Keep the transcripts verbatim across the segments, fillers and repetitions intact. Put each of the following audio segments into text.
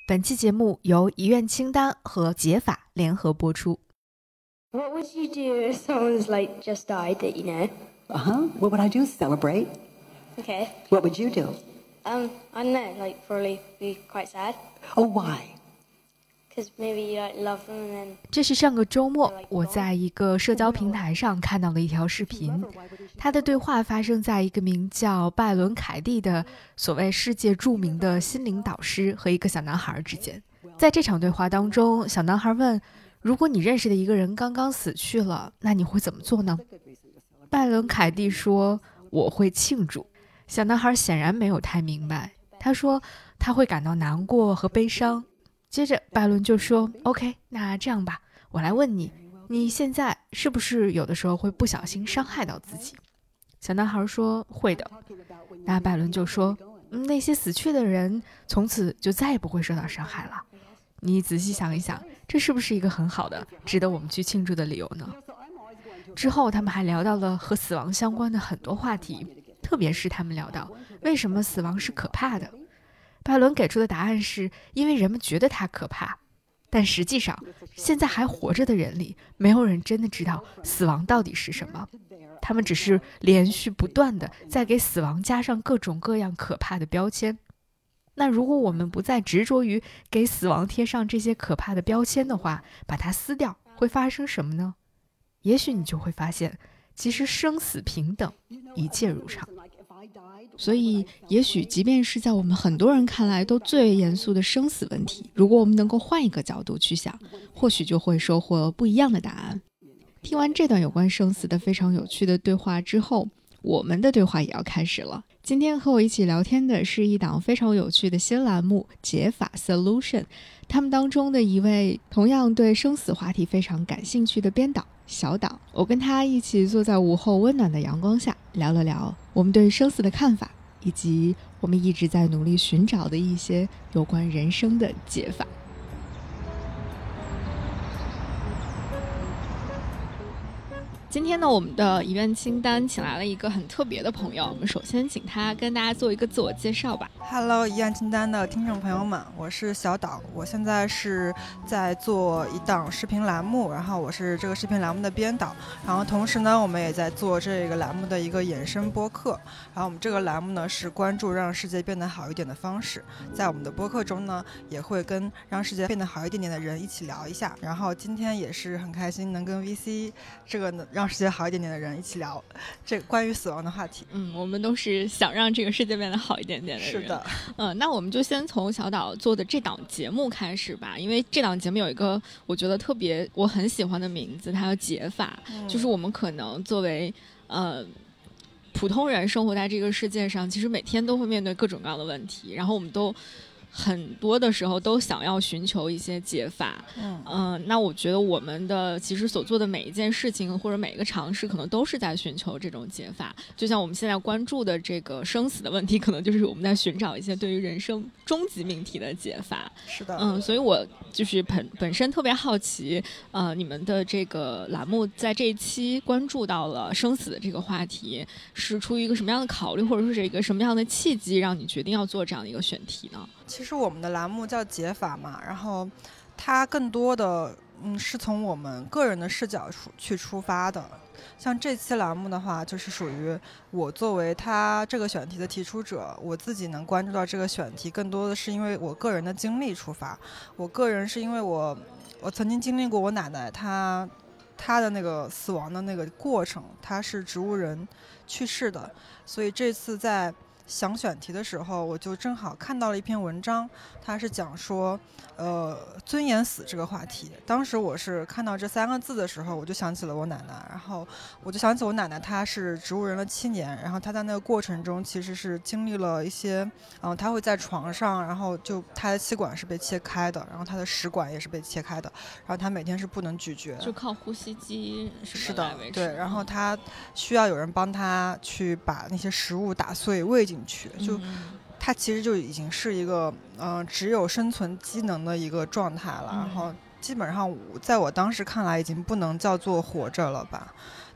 本期节目由遗愿清单和解法联合播出。 What would you do if someone's like just died that you know? Uh-huh. What would I do? Celebrate? Okay. What would you do? Um, I don't know, like probably be quite sad. Oh, why? Because maybe you like love them and then... 这是上个周末我在一个社交平台上看到的一条视频，他的对话发生在一个名叫拜伦·凯蒂的所谓世界著名的心灵导师和一个小男孩之间。在这场对话当中，小男孩问，如果你认识的一个人刚刚死去了，那你会怎么做呢？拜伦·凯蒂说，我会庆祝。小男孩显然没有太明白，他说他会感到难过和悲伤。接着拜伦就说 OK， 那这样吧，我来问你，你现在是不是有的时候会不小心伤害到自己？小男孩说会的。那拜伦就说、嗯、那些死去的人从此就再也不会受到伤害了。你仔细想一想，这是不是一个很好的值得我们去庆祝的理由呢？之后他们还聊到了和死亡相关的很多话题，特别是他们聊到为什么死亡是可怕的。拜伦给出的答案是因为人们觉得它可怕，但实际上现在还活着的人里，没有人真的知道死亡到底是什么，他们只是连续不断的在给死亡加上各种各样可怕的标签。那如果我们不再执着于给死亡贴上这些可怕的标签的话，把它撕掉，会发生什么呢？也许你就会发现，其实生死平等，一切如常。所以也许即便是在我们很多人看来都最为严肃的生死问题，如果我们能够换一个角度去想，或许就会收获不一样的答案。听完这段有关生死的非常有趣的对话之后，我们的对话也要开始了。今天和我一起聊天的是一档非常有趣的新栏目解法 Solution， 他们当中的一位同样对生死话题非常感兴趣的编导小岛，我跟他一起坐在午后温暖的阳光下，聊了聊我们对生死的看法，以及我们一直在努力寻找的一些有关人生的解法。今天呢，我们的遗愿清单请来了一个很特别的朋友，我们首先请他跟大家做一个自我介绍吧。 Hello， 遗愿清单的听众朋友们，我是小岛，我现在是在做一档视频栏目，然后我是这个视频栏目的编导，然后同时呢，我们也在做这个栏目的一个衍生播客，然后我们这个栏目呢是关注让世界变得好一点的方式，在我们的播客中呢，也会跟让世界变得好一点点的人一起聊一下，然后今天也是很开心能跟 V C 这个让世界好一点点的人一起聊这个关于死亡的话题。 嗯，我们都是想让这个世界变得好一点点的人。 是的。 嗯，那我们就先从小岛做的这档节目开始吧，因为这档节目有一个我觉得特别我很喜欢的名字，它叫解法、嗯、就是我们可能作为呃普通人生活在这个世界上，其实每天都会面对各种各样的问题，然后我们都很多的时候都想要寻求一些解法。嗯、呃，那我觉得我们的其实所做的每一件事情或者每一个尝试，可能都是在寻求这种解法。就像我们现在关注的这个生死的问题，可能就是我们在寻找一些对于人生终极命题的解法。 是的。 嗯，所以我就是本本身特别好奇，呃，你们的这个栏目在这一期关注到了生死的这个话题，是出于一个什么样的考虑，或者说是一个什么样的契机，让你决定要做这样的一个选题呢？ 其实我们的栏目叫解法嘛，然后它更多的嗯是从我们个人的视角去出发的。像这期栏目的话，就是属于我作为他这个选题的提出者，我自己能关注到这个选题，更多的是因为我个人的经历出发。我个人是因为我我曾经经历过我奶奶她她的那个死亡的那个过程，她是植物人去世的，所以这次在想选题的时候，我就正好看到了一篇文章，它是讲说呃尊严死这个话题。当时我是看到这三个字的时候，我就想起了我奶奶，然后我就想起我奶奶她是植物人了七年，然后她在那个过程中其实是经历了一些嗯、呃，她会在床上，然后就她的气管是被切开的，然后她的食管也是被切开的，然后她每天是不能咀嚼， 就靠呼吸机是的，对，然后她需要有人帮她去把那些食物打碎喂进去，就它其实就已经是一个嗯、呃、只有生存机能的一个状态了，然后基本上在我当时看来已经不能叫做活着了吧。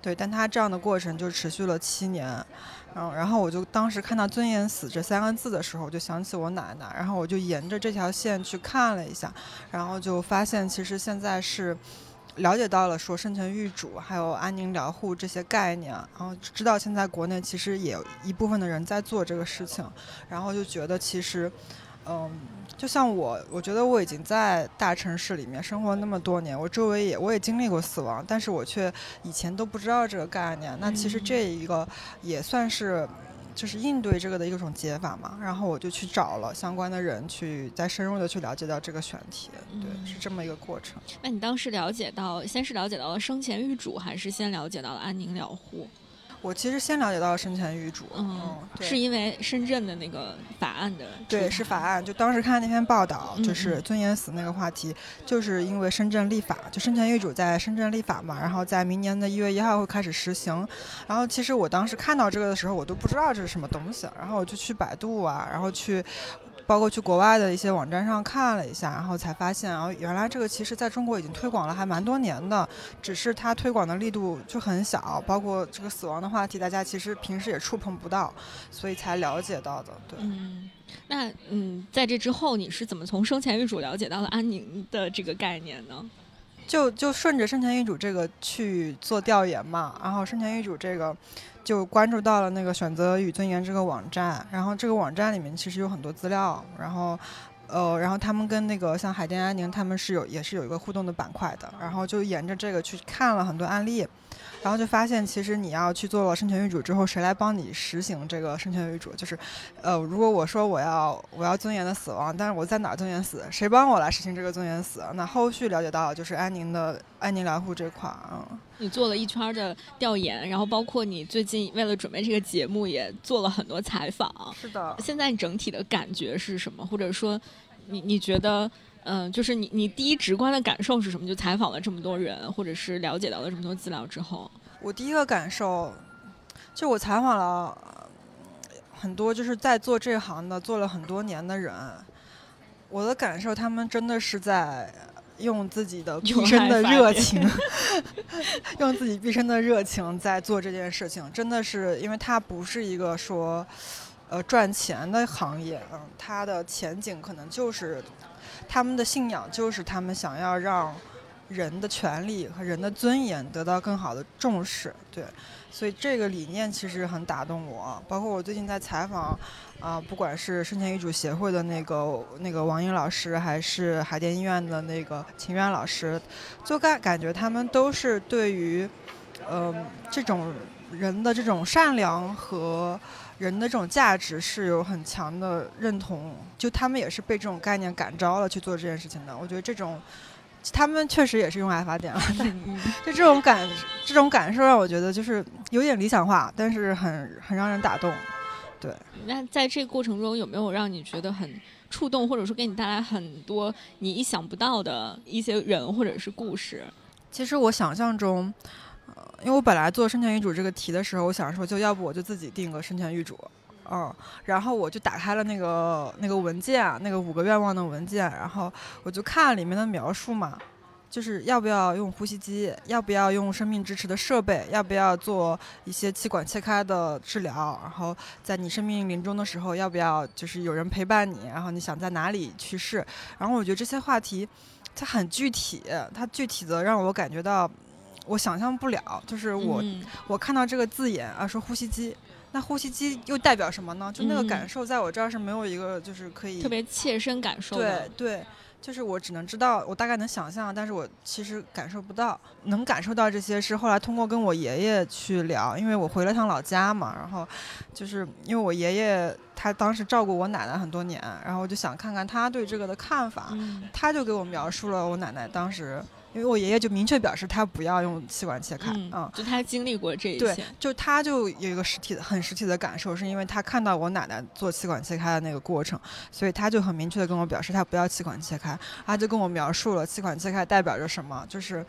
对，但他这样的过程就持续了七年。嗯，然后我就当时看到尊严死这三个字的时候，我就想起我奶奶，然后我就沿着这条线去看了一下，然后就发现其实现在是了解到了说生前预嘱还有安宁疗护这些概念，然后知道现在国内其实也有一部分的人在做这个事情，然后就觉得其实嗯，就像我我觉得我已经在大城市里面生活那么多年，我周围也我也经历过死亡，但是我却以前都不知道这个概念，那其实这一个也算是就是应对这个的一种解法嘛，然后我就去找了相关的人去再深入的去了解到这个选题，对，是这么一个过程。 那你当时了解到先是了解到了生前预嘱，还是先了解到了安宁疗护？ 我其实先了解到了生前预嘱， 嗯， 嗯对， 是因为深圳的那个法案的， 对，是法案。就当时看那篇报道， 嗯就是尊严死那个话题，就是因为深圳立法，就生前预嘱在深圳立法嘛，然后在明年的一月一号会开始实行。然后其实我当时看到这个的时候，我都不知道这是什么东西，然后我就去百度啊，然后去。包括去国外的一些网站上看了一下，然后才发现，然后原来这个其实在中国已经推广了还蛮多年的，只是它推广的力度就很小，包括这个死亡的话题，大家其实平时也触碰不到，所以才了解到的。对， 嗯，那嗯，在这之后，你是怎么从生前预嘱了解到了安宁的这个概念呢？ 就就顺着生前预嘱这个去做调研嘛，然后生前预嘱这个就关注到了那个选择与尊严这个网站，然后这个网站里面其实有很多资料，然后呃，然后他们跟那个像海淀安宁他们是有也是有一个互动的板块的，然后就沿着这个去看了很多案例，然后就发现其实你要去做了生前预嘱之后，谁来帮你实行这个生前预嘱？就是呃，如果我说我要我要尊严的死亡，但是我在哪儿尊严死，谁帮我来实行这个尊严死？那后续了解到就是安宁的安宁疗护这块，嗯， 你做了一圈的调研，然后包括你最近为了准备这个节目也做了很多采访。 是的。 现在整体的感觉是什么？或者说你你觉得嗯、呃，就是你你第一直观的感受是什么？就采访了这么多人，或者是了解到了这么多资料之后， 我第一个感受就我采访了很多就是在做这行的做了很多年的人，我的感受他们真的是在用自己的毕生的热情用自己毕生的热情在做这件事情，真的是因为它不是一个说呃赚钱的行业，嗯，它的前景可能就是他们的信仰就是他们想要让人的权利和人的尊严得到更好的重视，对，所以这个理念其实很打动我。包括我最近在采访啊、呃，不管是生前遗嘱协会的那个那个王英老师，还是海淀医院的那个秦渊老师，就感感觉他们都是对于呃这种人的这种善良和人的这种价值是有很强的认同，就他们也是被这种概念感召了去做这件事情的。我觉得这种他们确实也是用爱发电了，就这种感这种感受让我觉得就是有点理想化，但是很很让人打动。对， 那在这个过程中有没有让你觉得很触动，或者说给你带来很多你意想不到的一些人或者是故事？ 其实我想象中呃，因为我本来做生前遗嘱这个题的时候，我想说就要不我就自己定个生前遗嘱，嗯，然后我就打开了那个那个文件，那个五个愿望的文件，然后我就看里面的描述嘛，就是要不要用呼吸机，要不要用生命支持的设备，要不要做一些气管切开的治疗，然后在你生命临终的时候，要不要就是有人陪伴你，然后你想在哪里去世，然后我觉得这些话题它很具体，它具体的让我感觉到我想象不了，就是我、嗯、我看到这个字眼啊，说呼吸机，那呼吸机又代表什么呢？就那个感受在我这儿是没有一个就是可以特别切身感受的。 对对，就是我只能知道，我大概能想象，但是我其实感受不到。能感受到这些是后来通过跟我爷爷去聊，因为我回了趟老家嘛，然后就是因为我爷爷他当时照顾我奶奶很多年，然后我就想看看他对这个的看法、嗯、他就给我描述了我奶奶当时，因为我爷爷就明确表示他不要用气管切开，嗯， 嗯就他经历过这一切， 对， 就他就有一个实体的很实体的感受，是因为他看到我奶奶做气管切开的那个过程，所以他就很明确的跟我表示他不要气管切开，他就跟我描述了气管切开代表着什么，就是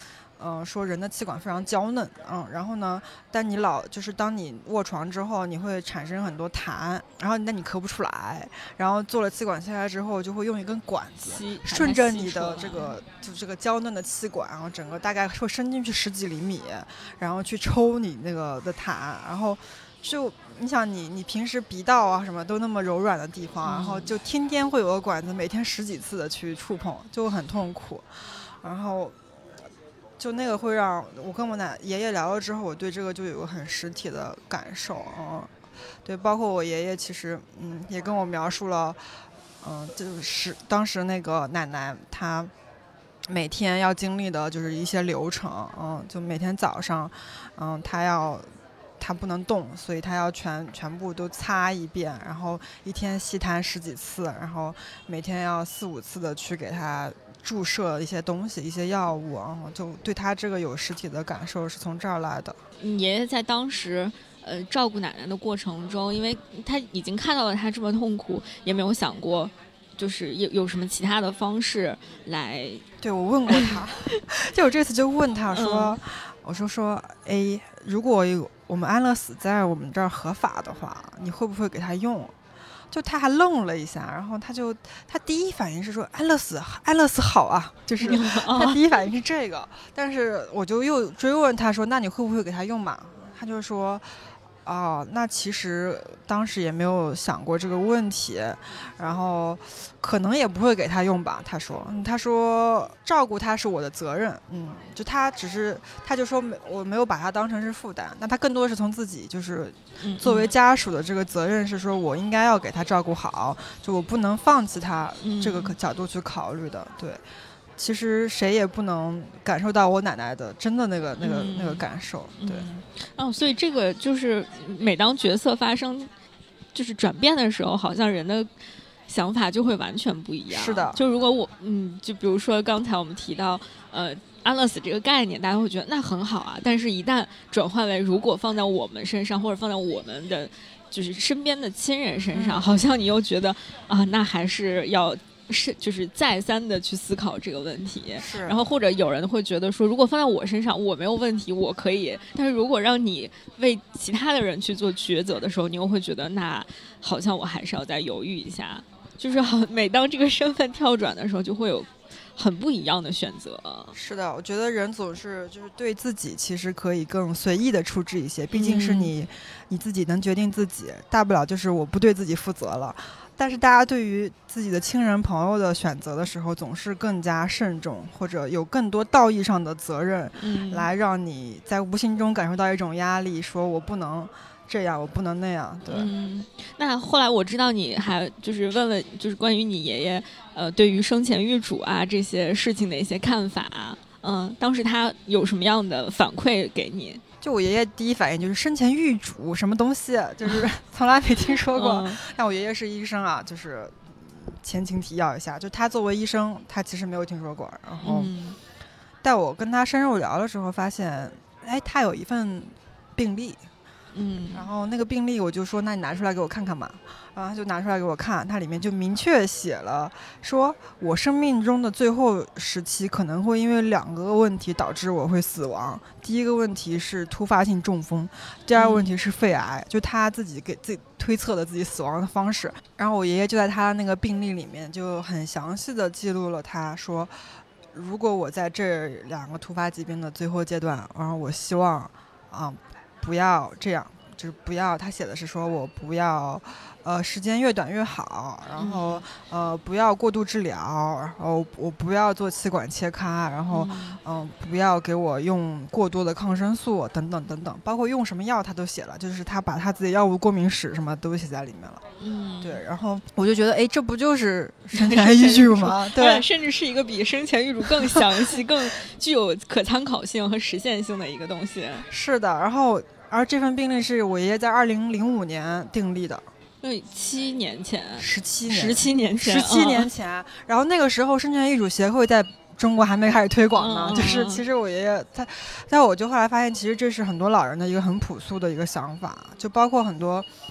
嗯、呃，说人的气管非常娇嫩，嗯，然后呢，但你老就是当你卧床之后，你会产生很多痰，然后那你咳不出来，然后做了气管切开之后，就会用一根管子顺着你的这个就这个娇嫩的气管，然后整个大概会伸进去十几厘米，然后去抽你那个的痰，然后就你想你你平时鼻道啊什么都那么柔软的地方，然后就天天会有个管子，每天十几次的去触碰，就很痛苦，然后。就那个会让我跟我奶爷爷聊了之后，我对这个就有个很实体的感受，嗯，对，包括我爷爷其实嗯也跟我描述了，嗯，就是当时那个奶奶她每天要经历的就是一些流程，嗯，就每天早上，嗯，她要她不能动，所以她要全全部都擦一遍，然后一天吸痰十几次，然后每天要四五次的去给她注射一些东西一些药物，然后就对他这个有实体的感受是从这儿来的。 你爷爷在当时呃照顾奶奶的过程中，因为他已经看到了他这么痛苦，也没有想过就是有有什么其他的方式来。 对，我问过他就我这次就问他说、嗯、我说说哎，如果我们安乐死在我们这儿合法的话，你会不会给他用？就他还愣了一下，然后他就他第一反应是说安乐死安乐死好啊，就是他第一反应是这个，但是我就又追问他说那你会不会给他用嘛？他就说哦，那其实当时也没有想过这个问题，然后可能也不会给他用吧。他说，他说照顾他是我的责任，嗯，就他只是，他就说我没有把他当成是负担，那他更多是从自己就是作为家属的这个责任是说我应该要给他照顾好，就我不能放弃他这个角度去考虑的，对。其实谁也不能感受到我奶奶的真的那个那个、嗯、那个感受，对、 嗯。哦，所以这个就是每当角色发生就是转变的时候，好像人的想法就会完全不一样。 是的， 就如果我嗯，就比如说刚才我们提到呃安乐死这个概念，大家会觉得那很好啊，但是一旦转换为如果放在我们身上，或者放在我们的就是身边的亲人身上，嗯、好像你又觉得啊，那还是要。是，就是再三的去思考这个问题， 是。 然后或者有人会觉得说，如果放在我身上，我没有问题，我可以。但是如果让你为其他的人去做抉择的时候，你又会觉得，那好像我还是要再犹豫一下。就是好，每当这个身份跳转的时候，就会有很不一样的选择。 是的，我觉得人总是就是对自己其实可以更随意的处置一些，毕竟是你、嗯、你自己能决定自己，大不了就是我不对自己负责了。但是大家对于自己的亲人朋友的选择的时候总是更加慎重，或者有更多道义上的责任、嗯、来让你在无形中感受到一种压力，说我不能这样我不能那样。对、 嗯、那后来我知道你还就是问了就是关于你爷爷呃对于生前预嘱啊这些事情的一些看法，嗯，当时他有什么样的反馈给你？ 就我爷爷第一反应就是生前预嘱什么东西，就是从来没听说过、嗯、但我爷爷是医生啊，就是前情提要一下，就他作为医生他其实没有听说过，然后带我跟他深入聊的时候发现哎，他有一份病历，嗯，然后那个病历我就说那你拿出来给我看看嘛，然后他就拿出来给我看，它里面就明确写了说我生命中的最后时期可能会因为两个问题导致我会死亡，第一个问题是突发性中风，第二个问题是肺癌、嗯、就他自己给自己推测的自己死亡的方式。然后我爷爷就在他那个病历里面就很详细的记录了，他说如果我在这两个突发疾病的最后阶段，然后我希望啊不要这样，就是不要，他写的是说我不要呃时间越短越好，然后、嗯、呃不要过度治疗，然后我不要做气管切开，然后嗯、呃、不要给我用过多的抗生素等等等等，包括用什么药他都写了，就是他把他自己药物过敏史什么都写在里面了。嗯，对，然后我就觉得哎，这不就是生前预嘱吗？对， 甚至是一个比生前预嘱更详细更具有可参考性和实现性的一个东西。 是的，然后而这份病历是我爷爷在二零零五年订立的， 对，七年前， 十七年， 十七年前， 十七年前、嗯。然后那个时候，生前预嘱协会在中国还没开始推广呢。嗯、就是其实我爷爷他，但我就后来发现，其实这是很多老人的一个很朴素的一个想法，就包括很多。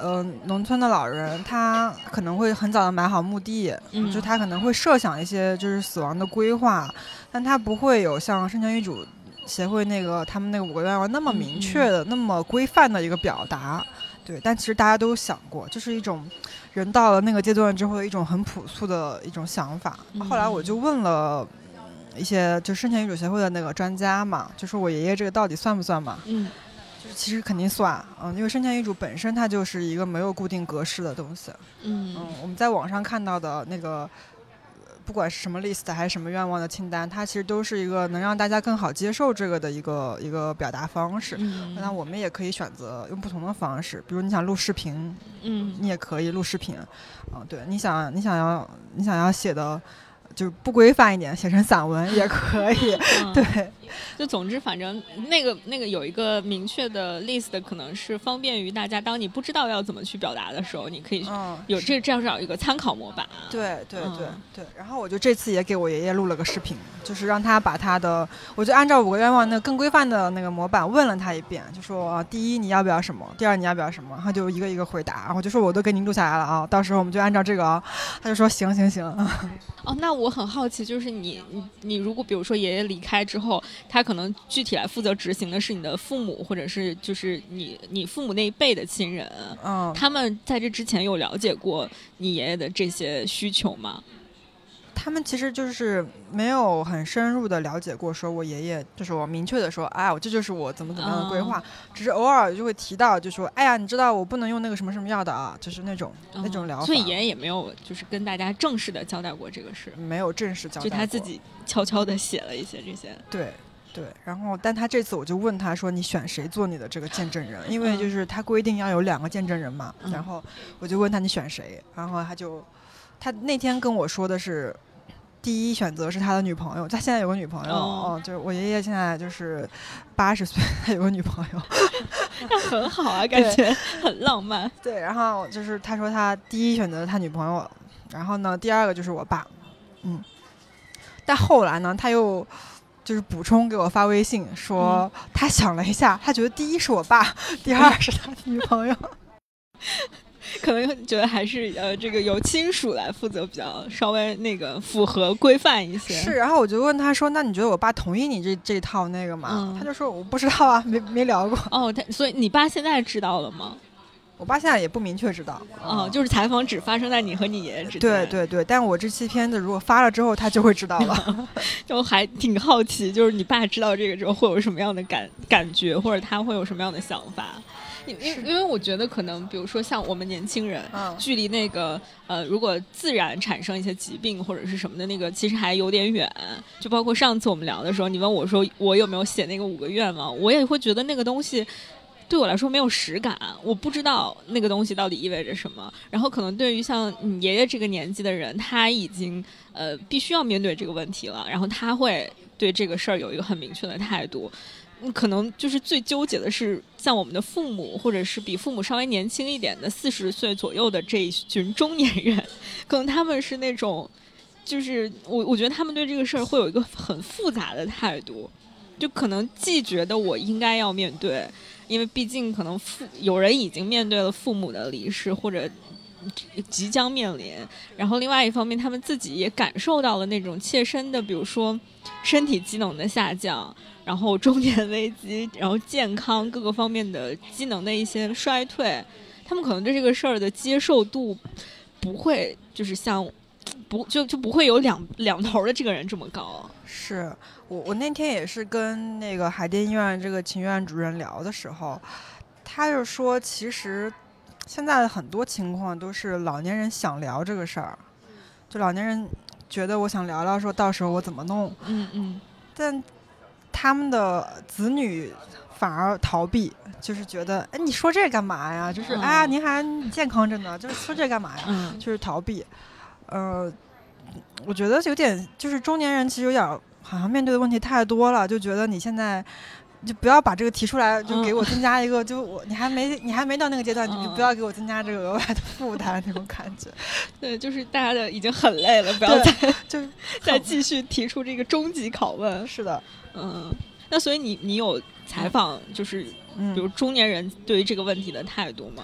呃农村的老人，他可能会很早的买好墓地， 嗯， 就他可能会设想一些就是死亡的规划，但他不会有像生前遗嘱协会那个他们那个五个愿望那么明确的、嗯、那么规范的一个表达。对，但其实大家都想过，就是一种人到了那个阶段之后的一种很朴素的一种想法。嗯、后来我就问了一些就生前遗嘱协会的那个专家嘛，就说我爷爷这个到底算不算嘛？ 嗯， 就是其实肯定算，嗯，因为生前遗嘱本身它就是一个没有固定格式的东西。 嗯嗯，我们在网上看到的那个。不管是什么 list 还是什么愿望的清单，它其实都是一个能让大家更好接受这个的一个一个表达方式。 嗯， 那我们也可以选择用不同的方式，比如你想录视频， 嗯， 你也可以录视频。嗯，对，你想你想要你想要写的就是不规范一点，写成散文也可以。嗯、对， 就总之反正那个那个有一个明确的 list， 可能是方便于大家，当你不知道要怎么去表达的时候，你可以有这这样找一个参考模板。 对对对、嗯、对。然后我就这次也给我爷爷录了个视频，就是让他把他的，我就按照五个愿望那个更规范的那个模板问了他一遍，就说、啊、第一你要不要什么，第二你要不要什么，他就一个一个回答，然后就说我都给您录下来了啊，到时候我们就按照这个啊，他就说行行行。 哦，那我很好奇，就是你你你如果比如说爷爷离开之后，他可能具体来负责执行的是你的父母，或者是就是你你父母那一辈的亲人， 嗯， 他们在这之前有了解过你爷爷的这些需求吗？ 他们其实就是没有很深入的了解过，说我爷爷就是我明确的说，哎，我这就是我怎么怎么样的规划，嗯、只是偶尔就会提到，就说，哎呀，你知道我不能用那个什么什么药的啊，就是那种、嗯、那种疗法。 所以爷爷也没有就是跟大家正式的交代过这个事， 没有正式交代过， 就他自己悄悄的写了一些这些。 对对，然后但他这次我就问他说，你选谁做你的这个见证人？因为就是他规定要有两个见证人嘛，嗯、然后我就问他你选谁，然后他就他那天跟我说的是。第一选择是他的女朋友，他现在有个女朋友，哦，哦就是我爷爷现在就是八十岁，他有个女朋友， 那很好啊，感觉很浪漫。 对，然后就是他说他第一选择他女朋友，然后呢，第二个就是我爸，嗯，但后来呢，他又就是补充给我发微信说，嗯、他想了一下，他觉得第一是我爸，第二是他的女朋友。 可能觉得还是呃，这个由亲属来负责比较稍微那个符合规范一些。 是，然后我就问他说：“那你觉得我爸同意你这这套那个吗？”嗯、他就说：“我不知道啊，没没聊过。” 哦，他所以你爸现在知道了吗？ 我爸现在也不明确知道。 哦，就是采访只发生在你和你爷爷之间。 对对对，但我这期片子如果发了之后，他就会知道了。 就还挺好奇，就是你爸知道这个之后会有什么样的感感觉，或者他会有什么样的想法？因为因为我觉得可能比如说像我们年轻人、嗯、距离那个呃如果自然产生一些疾病或者是什么的那个其实还有点远，就包括上次我们聊的时候你问我说我有没有写那个五个愿望，我也会觉得那个东西对我来说没有实感，我不知道那个东西到底意味着什么，然后可能对于像你爷爷这个年纪的人，他已经呃必须要面对这个问题了，然后他会对这个事儿有一个很明确的态度。可能就是最纠结的是像我们的父母或者是比父母稍微年轻一点的四十岁左右的这一群中年人，可能他们是那种就是我我觉得他们对这个事儿会有一个很复杂的态度，就可能既觉得我应该要面对，因为毕竟可能父有人已经面对了父母的离世或者即将面临，然后另外一方面他们自己也感受到了那种切身的比如说身体机能的下降，然后中年危机，然后健康各个方面的机能的一些衰退，他们可能对这个事儿的接受度不会就是像不就就不会有两两头的这个人这么高。 是我我那天也是跟那个海淀医院这个情院主任聊的时候，他就说其实现在的很多情况都是老年人想聊这个事儿，就老年人觉得我想聊聊说到时候我怎么弄， 嗯嗯， 但他们的子女反而逃避，就是觉得哎你说这干嘛呀，就是、嗯、哎呀您还健康着呢，就是说这干嘛呀、 嗯、 就是逃避。呃我觉得有点就是中年人其实有点好像面对的问题太多了，就觉得你现在就不要把这个提出来，就给我增加一个、嗯、就我你还没你还没到那个阶段、嗯、你就不要给我增加这个额外的负担那种感觉。 对，就是大家的已经很累了，不要再就再继续提出这个终极拷问。 是的， 嗯，那所以你你有采访就是比如中年人对于这个问题的态度吗？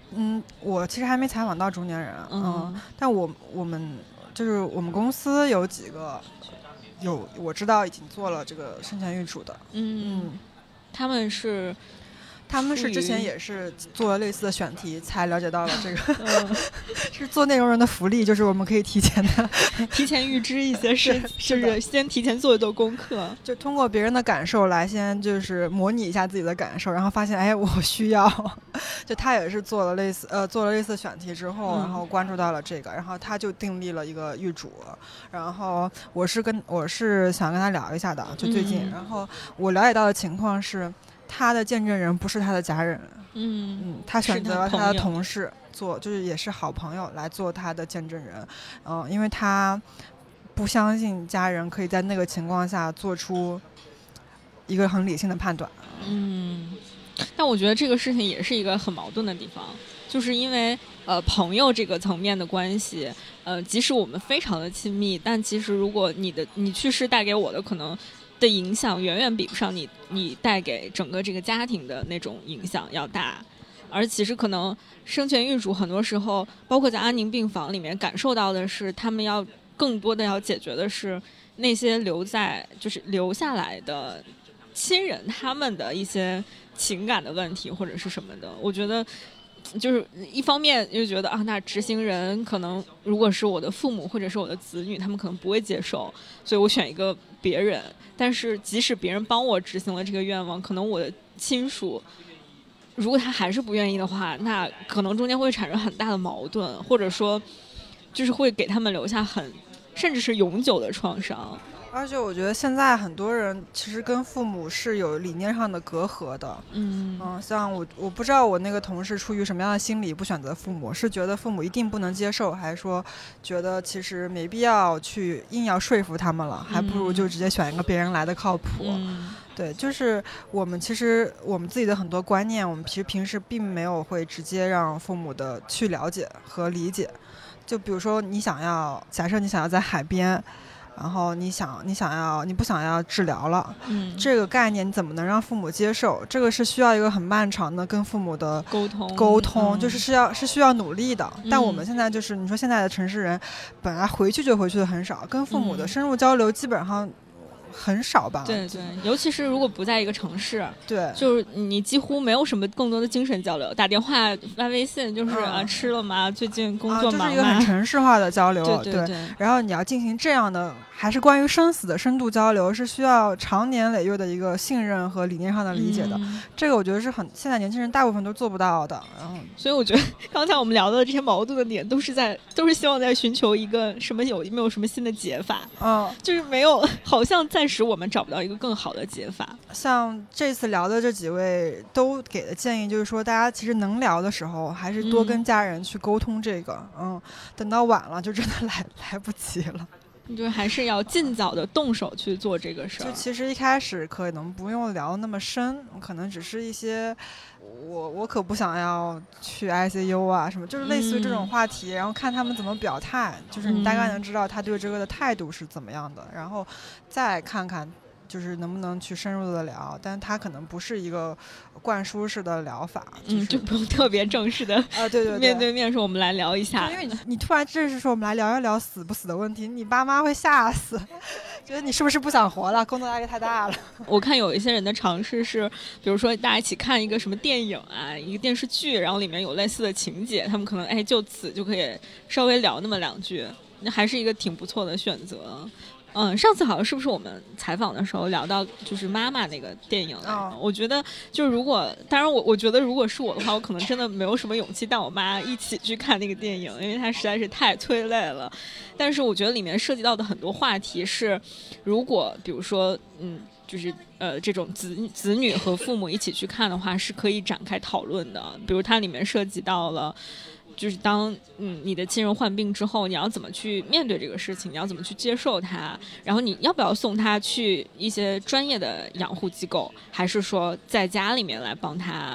嗯，我其实还没采访到中年人，嗯， 嗯但我我们就是我们公司有几个有我知道已经做了这个生前预嘱的， 嗯， 嗯， 他们是他们是之前出于也是做了类似的选题，才了解到了这个， 嗯是做内容人的福利，就是我们可以提前的， 提前预知一些事， 是的就是先提前做一做功课。 就通过别人的感受来先就是模拟一下自己的感受，然后发现哎我需要，就他也是做了类似呃做了类似选题之后， 嗯然后关注到了这个，然后他就订立了一个预嘱，然后我是跟我是想跟他聊一下的，就最近， 嗯然后我了解到的情况是，他的见证人不是他的家人， 嗯嗯，他选择了是他他的朋友同事做，就是也是好朋友来做他的见证人，嗯、因为他不相信家人可以在那个情况下做出一个很理性的判断。 嗯，但我觉得这个事情也是一个很矛盾的地方，就是因为呃朋友这个层面的关系，呃，即使我们非常的亲密，但其实如果你的你去世带给我的可能的影响远远比不上你你带给整个这个家庭的那种影响要大。而其实可能生前预嘱很多时候，包括在安宁病房里面感受到的是，他们要更多的要解决的是那些留在就是留下来的亲人他们的一些情感的问题或者是什么的。我觉得就是一方面就觉得啊，那执行人可能如果是我的父母或者是我的子女，他们可能不会接受，所以我选一个别人。但是即使别人帮我执行了这个愿望，可能我的亲属如果他还是不愿意的话，那可能中间会产生很大的矛盾，或者说就是会给他们留下很甚至是永久的创伤。 而且我觉得现在很多人其实跟父母是有理念上的隔阂的， 嗯嗯，像我我不知道我那个同事出于什么样的心理不选择父母，是觉得父母一定不能接受，还是说觉得其实没必要去硬要说服他们了，还不如就直接选一个别人来的靠谱。 嗯对，就是我们其实我们自己的很多观念，我们其实平时并没有会直接让父母的去了解和理解。就比如说你想要，假设你想要在海边，然后你想你想要你不想要治疗了， 嗯， 这个概念你怎么能让父母接受？这个是需要一个很漫长的跟父母的沟通沟通， 嗯、 就是是要是需要努力的。 嗯、 但我们现在就是你说现在的城市人，本来回去就回去的很少，跟父母的嗯深入交流基本上很少吧。 对对，尤其是如果不在一个城市， 对， 就是你几乎没有什么更多的精神交流，打电话发微信就是、 嗯、 啊吃了吗？最近工作忙吗？ 啊、就是一个很城市化的交流。 对对对。 然后你要进行这样的，还是关于生死的深度交流，是需要长年累月的一个信任和理念上的理解的。 嗯、 这个我觉得是很现在年轻人大部分都做不到的。然后， 所以我觉得刚才我们聊的这些矛盾的点，都是在都是希望在寻求一个什么有没有什么新的解法。 嗯， 就是没有，好像暂时我们找不到一个更好的解法。 像这次聊的这几位都给的建议，就是说大家其实能聊的时候，还是多跟家人去沟通这个。嗯，嗯等到晚了就真的来来不及了。 就还是要尽早的动手去做这个事儿。 就其实一开始可能不用聊那么深，可能只是一些我我可不想要去 I C U 啊什么，就是类似于这种话题、嗯、然后看他们怎么表态，就是你大概能知道他对这个的态度是怎么样的、嗯、然后再看看就是能不能去深入的聊，但是它可能不是一个灌输式的疗法，就是、 嗯，就不用特别正式的啊，对对对， 面对面说我们来聊一下， 因为你你突然正式说我们来聊一聊死不死的问题，你爸妈会吓死，觉得你是不是不想活了，工作压力太大了。 我看有一些人的尝试是，比如说大家一起看一个什么电影啊，一个电视剧，然后里面有类似的情节，他们可能哎就此就可以稍微聊那么两句，那还是一个挺不错的选择。嗯，上次好像是不是我们采访的时候聊到就是妈妈那个电影来着、 哦、 我觉得就是如果当然我我觉得如果是我的话，我可能真的没有什么勇气带我妈一起去看那个电影，因为它实在是太催泪了。但是我觉得里面涉及到的很多话题是，如果比如说嗯就是呃这种子子女和父母一起去看的话，是可以展开讨论的。比如它里面涉及到了就是当嗯你的亲人患病之后，你要怎么去面对这个事情，你要怎么去接受它，然后你要不要送他去一些专业的养护机构，还是说在家里面来帮他解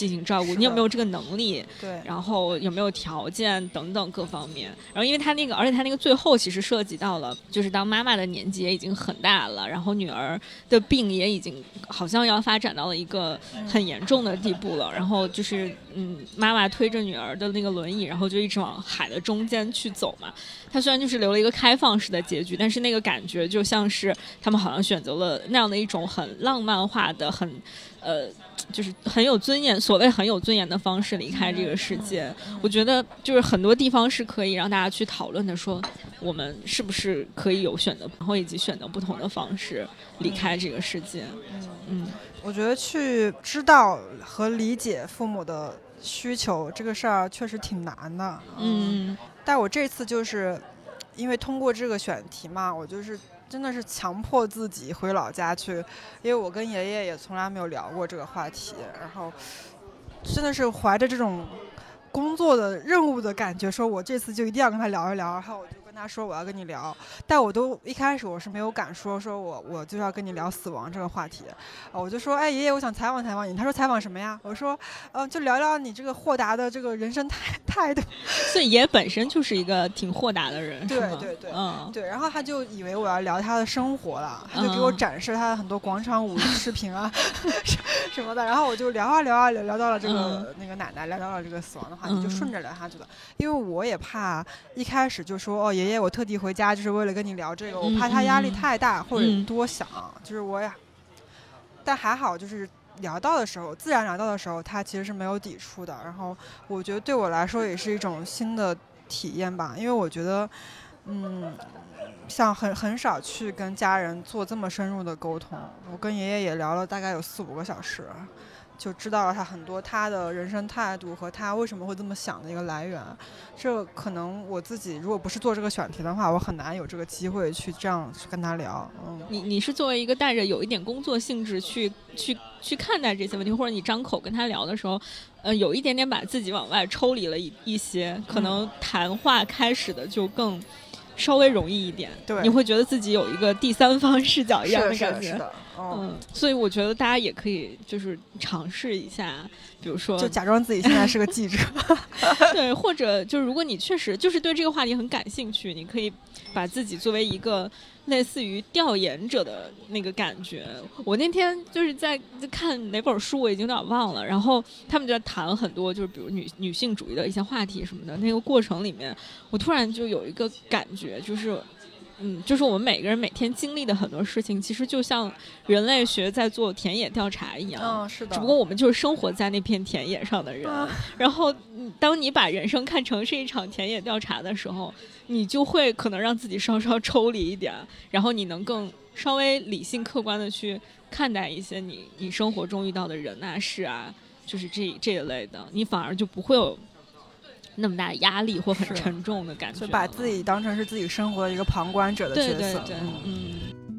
进行照顾，你有没有这个能力， 对， 然后有没有条件等等各方面。然后因为他那个，而且他那个最后其实涉及到了，就是当妈妈的年纪也已经很大了，然后女儿的病也已经好像要发展到了一个很严重的地步了，然后就是嗯，妈妈推着女儿的那个轮椅，然后就一直往海的中间去走嘛。他虽然就是留了一个开放式的结局，但是那个感觉就像是他们好像选择了那样的一种很浪漫化的、很呃，就是很有尊严，所谓很有尊严的方式离开这个世界。我觉得就是很多地方是可以让大家去讨论的，说我们是不是可以有选择，然后以及选择不同的方式离开这个世界。嗯， 我觉得去知道和理解父母的需求这个事儿确实挺难的。 嗯， 但我这次就是因为通过这个选题嘛，我就是真的是强迫自己回老家去，因为我跟爷爷也从来没有聊过这个话题，然后真的是怀着这种工作的任务的感觉，说我这次就一定要跟他聊一聊，然后我就跟他说我要跟你聊，但我都一开始我是没有敢说说我我就要跟你聊死亡这个话题，我就说哎爷爷我想采访采访你，他说采访什么呀？我说呃就聊聊你这个豁达的这个人生态态度。 所以爷爷本身就是一个挺豁达的人， 对对对， 嗯对，然后他就以为我要聊他的生活了，他就给我展示他的很多广场舞视频啊什么的，然后我就聊啊聊啊聊聊到了这个、嗯、那个奶奶，聊到了这个死亡的话题，就顺着聊下去了。因为我也怕一开始就说哦爷爷我特地回家就是为了跟你聊这个，我怕他压力太大、嗯、或者多想、嗯、就是我呀，但还好就是聊到的时候自然聊到的时候他其实是没有抵触的，然后我觉得对我来说也是一种新的体验吧，因为我觉得嗯像很很少去跟家人做这么深入的沟通，我跟爷爷也聊了大概有四五个小时，就知道了他很多他的人生态度和他为什么会这么想的一个来源。这可能我自己如果不是做这个选题的话，我很难有这个机会去这样去跟他聊。嗯， 你你是作为一个带着有一点工作性质去去去看待这些问题，或者你张口跟他聊的时候，呃，有一点点把自己往外抽离了一一些，可能谈话开始的就更稍微容易一点。对，你会觉得自己有一个第三方视角一样的感觉。 是是的。哦、 嗯，所以我觉得大家也可以就是尝试一下，比如说就假装自己现在是个记者对，或者就如果你确实就是对这个话题很感兴趣，你可以把自己作为一个类似于调研者的那个感觉。我那天就是在看哪本书我已经有点忘了，然后他们就在谈很多就是比如女女性主义的一些话题什么的，那个过程里面我突然就有一个感觉，就是嗯，就是我们每个人每天经历的很多事情，其实就像人类学在做田野调查一样。 嗯，是的。 只不过我们就是生活在那片田野上的人。嗯、然后，当你把人生看成是一场田野调查的时候，你就会可能让自己稍稍抽离一点，然后你能更稍微理性客观的去看待一些你你生活中遇到的人啊事啊，就是这这一类的，你反而就不会有那么大压力或很沉重的感觉， 就把自己当成是自己生活的一个旁观者的角色。 对对对，嗯。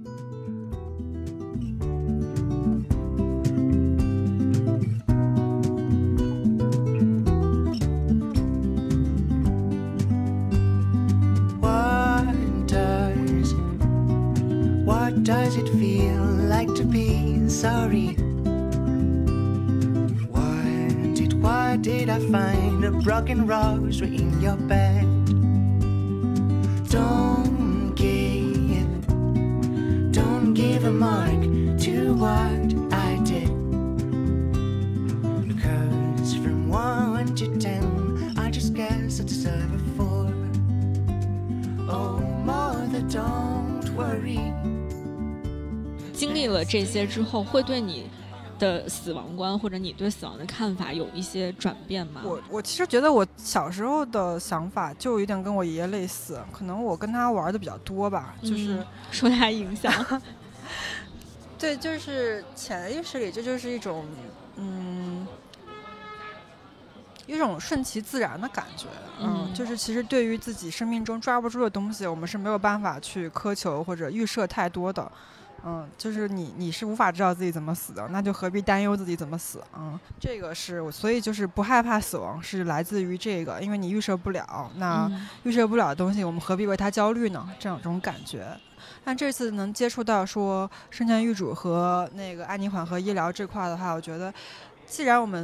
What does, what does it feel like to be sorry? Why did I find a broken rose right in your bed? Don't give, don't give a mark to what I did. Because from one to ten, I just guess I deserve a four. Oh, mother, don't worry. 经历了这些之后，会对你的死亡观或者你对死亡的看法有一些转变吗？ 我我其实觉得我小时候的想法就有点跟我爷爷类似，可能我跟他玩的比较多吧，就是、 嗯、受他影响对，就是潜意识里这就是一种嗯一种顺其自然的感觉。 嗯, 嗯就是其实对于自己生命中抓不住的东西，我们是没有办法去苛求或者预设太多的。嗯，就是你你是无法知道自己怎么死的，那就何必担忧自己怎么死。嗯，这个是我，所以就是不害怕死亡是来自于这个，因为你预设不了，那预设不了的东西我们何必为它焦虑呢，这样这种感觉。但这次能接触到说生前预嘱和那个安宁缓和医疗这块的话，我觉得既然我们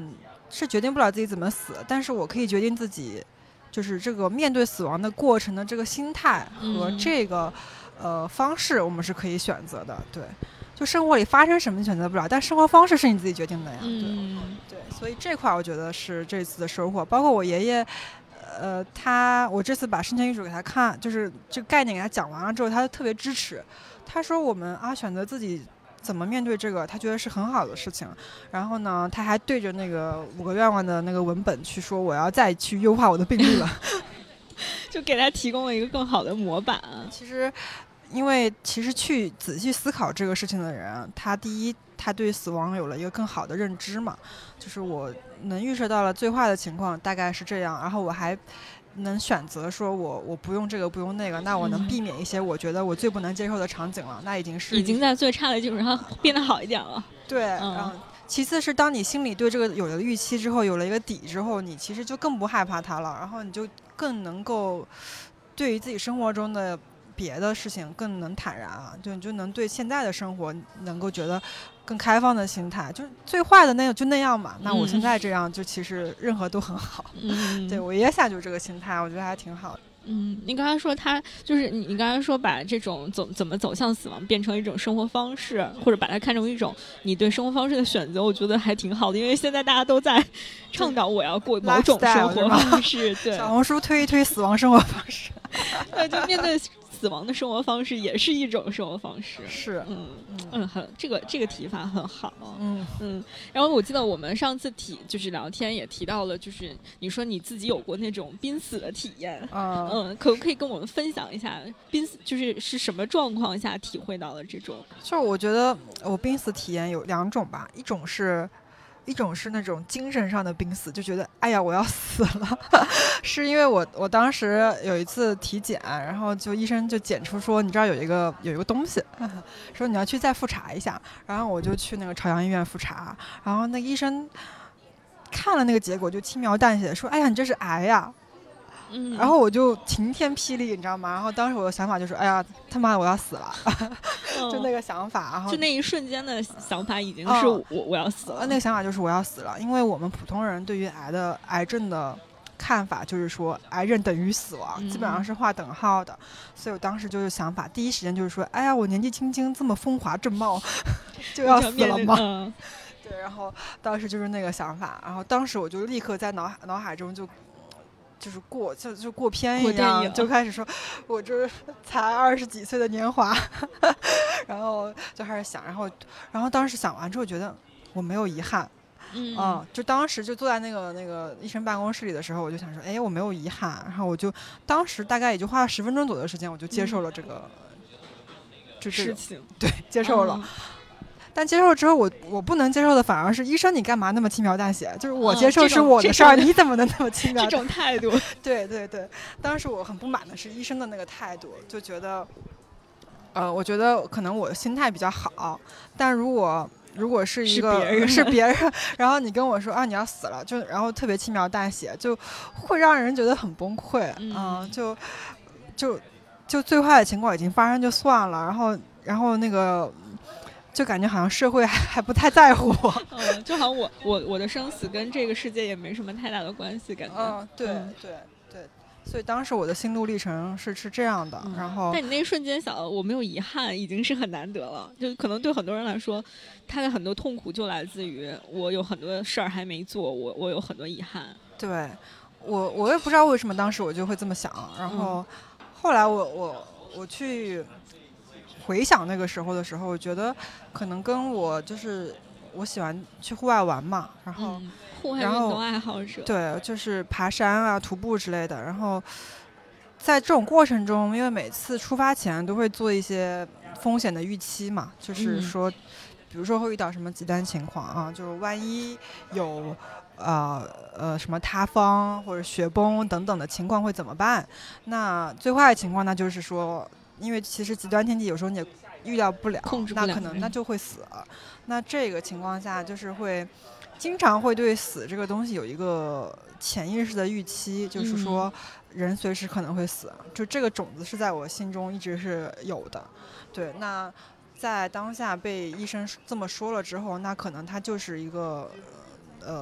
是决定不了自己怎么死，但是我可以决定自己，就是这个面对死亡的过程的这个心态和这个、嗯、呃方式，我们是可以选择的。对，就生活里发生什么你选择不了，但生活方式是你自己决定的呀。 嗯， 对对，所以这块我觉得是这次的收获。包括我爷爷，呃，他我这次把生前遗嘱给他看，就是这个概念给他讲完了之后，他特别支持。他说我们啊选择自己怎么面对这个，他觉得是很好的事情。然后呢，他还对着那个五个愿望的那个文本去说，我要再去优化我的病历了， 就给他提供了一个更好的模板。 其实，因为其实去仔细思考这个事情的人，他第一，他对死亡有了一个更好的认知嘛，就是我能预设到了最坏的情况大概是这样，然后我还能选择说我我不用这个不用那个，那我能避免一些我觉得我最不能接受的场景了，那已经是已经在最差的基础上变得好一点了。 对，嗯。然后其次是当你心里对这个有了预期之后，有了一个底之后，你其实就更不害怕它了，然后你就更能够对于自己生活中的别的事情更能坦然啊，就你就能对现在的生活能够觉得更开放的心态，就是最坏的那个就那样嘛，那我现在这样就其实任何都很好。 嗯， 对，我爷爷现在就这个心态，我觉得还挺好的。 嗯，你刚才说他就是你，你刚才说把这种走怎么走向死亡变成一种生活方式，或者把它看成一种你对生活方式的选择，我觉得还挺好的，因为现在大家都在倡导我要过某种生活方式。对， 小红书推一推死亡生活方式。 对，就面对死亡的生活方式也是一种生活方式。 是， 嗯嗯，很这个这个提法很好。 嗯嗯，然后我记得我们上次提就是聊天也提到了，就是你说你自己有过那种濒死的体验。 嗯嗯，可不可以跟我们分享一下濒死就是是什么状况下体会到了这种？ 就是我觉得我濒死体验有两种吧，一种是。一种是那种精神上的濒死，就觉得哎呀我要死了，是因为我我当时有一次体检，然后就医生就检出说你知道有一个有一个东西，说你要去再复查一下，然后我就去那个朝阳医院复查，然后那个医生看了那个结果就轻描淡写说哎呀你这是癌呀。 嗯， 然后我就晴天霹雳，你知道吗？然后当时我的想法就是，哎呀，他妈的我要死了， 嗯、 就那个想法。然后就那一瞬间的想法已经是我、哦、我要死了。 那个想法就是我要死了，因为我们普通人对于癌的癌症的看法就是说，癌症等于死亡， 嗯、 基本上是划等号的。所以我当时就是想法，第一时间就是说，哎呀，我年纪轻轻这么风华正茂，就要死了吗？ 嗯、 对，然后当时就是那个想法，然后当时我就立刻在脑海脑海中就。就是过就就过片一样，就开始说，我这才二十几岁的年华，然后就开始想，然后然后当时想完之后觉得我没有遗憾， 嗯, 嗯，就当时就坐在那个那个医生办公室里的时候，我就想说，哎，我没有遗憾，然后我就当时大概也就花了十分钟左右的时间，我就接受了这个， 嗯、 这事情， 对，接受了。 嗯， 但接受之后我我不能接受的反而是医生你干嘛那么轻描淡写，就是我接受是我的事儿、嗯、你怎么能那么轻描淡写这种态度。 对对对，当时我很不满的是医生的那个态度，就觉得呃我觉得可能我心态比较好，但如果如果是一个是别人是别人然后你跟我说啊你要死了，就然后特别轻描淡写，就会让人觉得很崩溃。嗯、呃、就就就最坏的情况已经发生就算了，然后然后那个就感觉好像社会还还不太在乎我， 嗯，就好像我我我的生死跟这个世界也没什么太大的关系，感觉。 嗯，对、嗯、对对，所以当时我的心路历程是是这样的。嗯、然后， 但你那一瞬间想我没有遗憾，已经是很难得了。就可能对很多人来说，他的很多痛苦就来自于我有很多事儿还没做，我我有很多遗憾。 对，我我也不知道为什么当时我就会这么想，然后、嗯、后来我我我去。回想那个时候的时候，我觉得可能跟我就是我喜欢去户外玩嘛，然后、 嗯、户外运动爱好者， 对，就是爬山啊、徒步之类的。然后在这种过程中，因为每次出发前都会做一些风险的预期嘛，就是说，嗯、比如说会遇到什么极端情况啊，就是万一有呃呃什么塌方或者雪崩等等的情况会怎么办？那最坏的情况，那就是说。因为其实极端天气有时候你也预料不了， 控制不了， 那可能那就会死。那这个情况下就是会经常会对死这个东西有一个潜意识的预期， 嗯、 就是说人随时可能会死，就这个种子是在我心中一直是有的。对，那在当下被医生这么说了之后，那可能它就是一个呃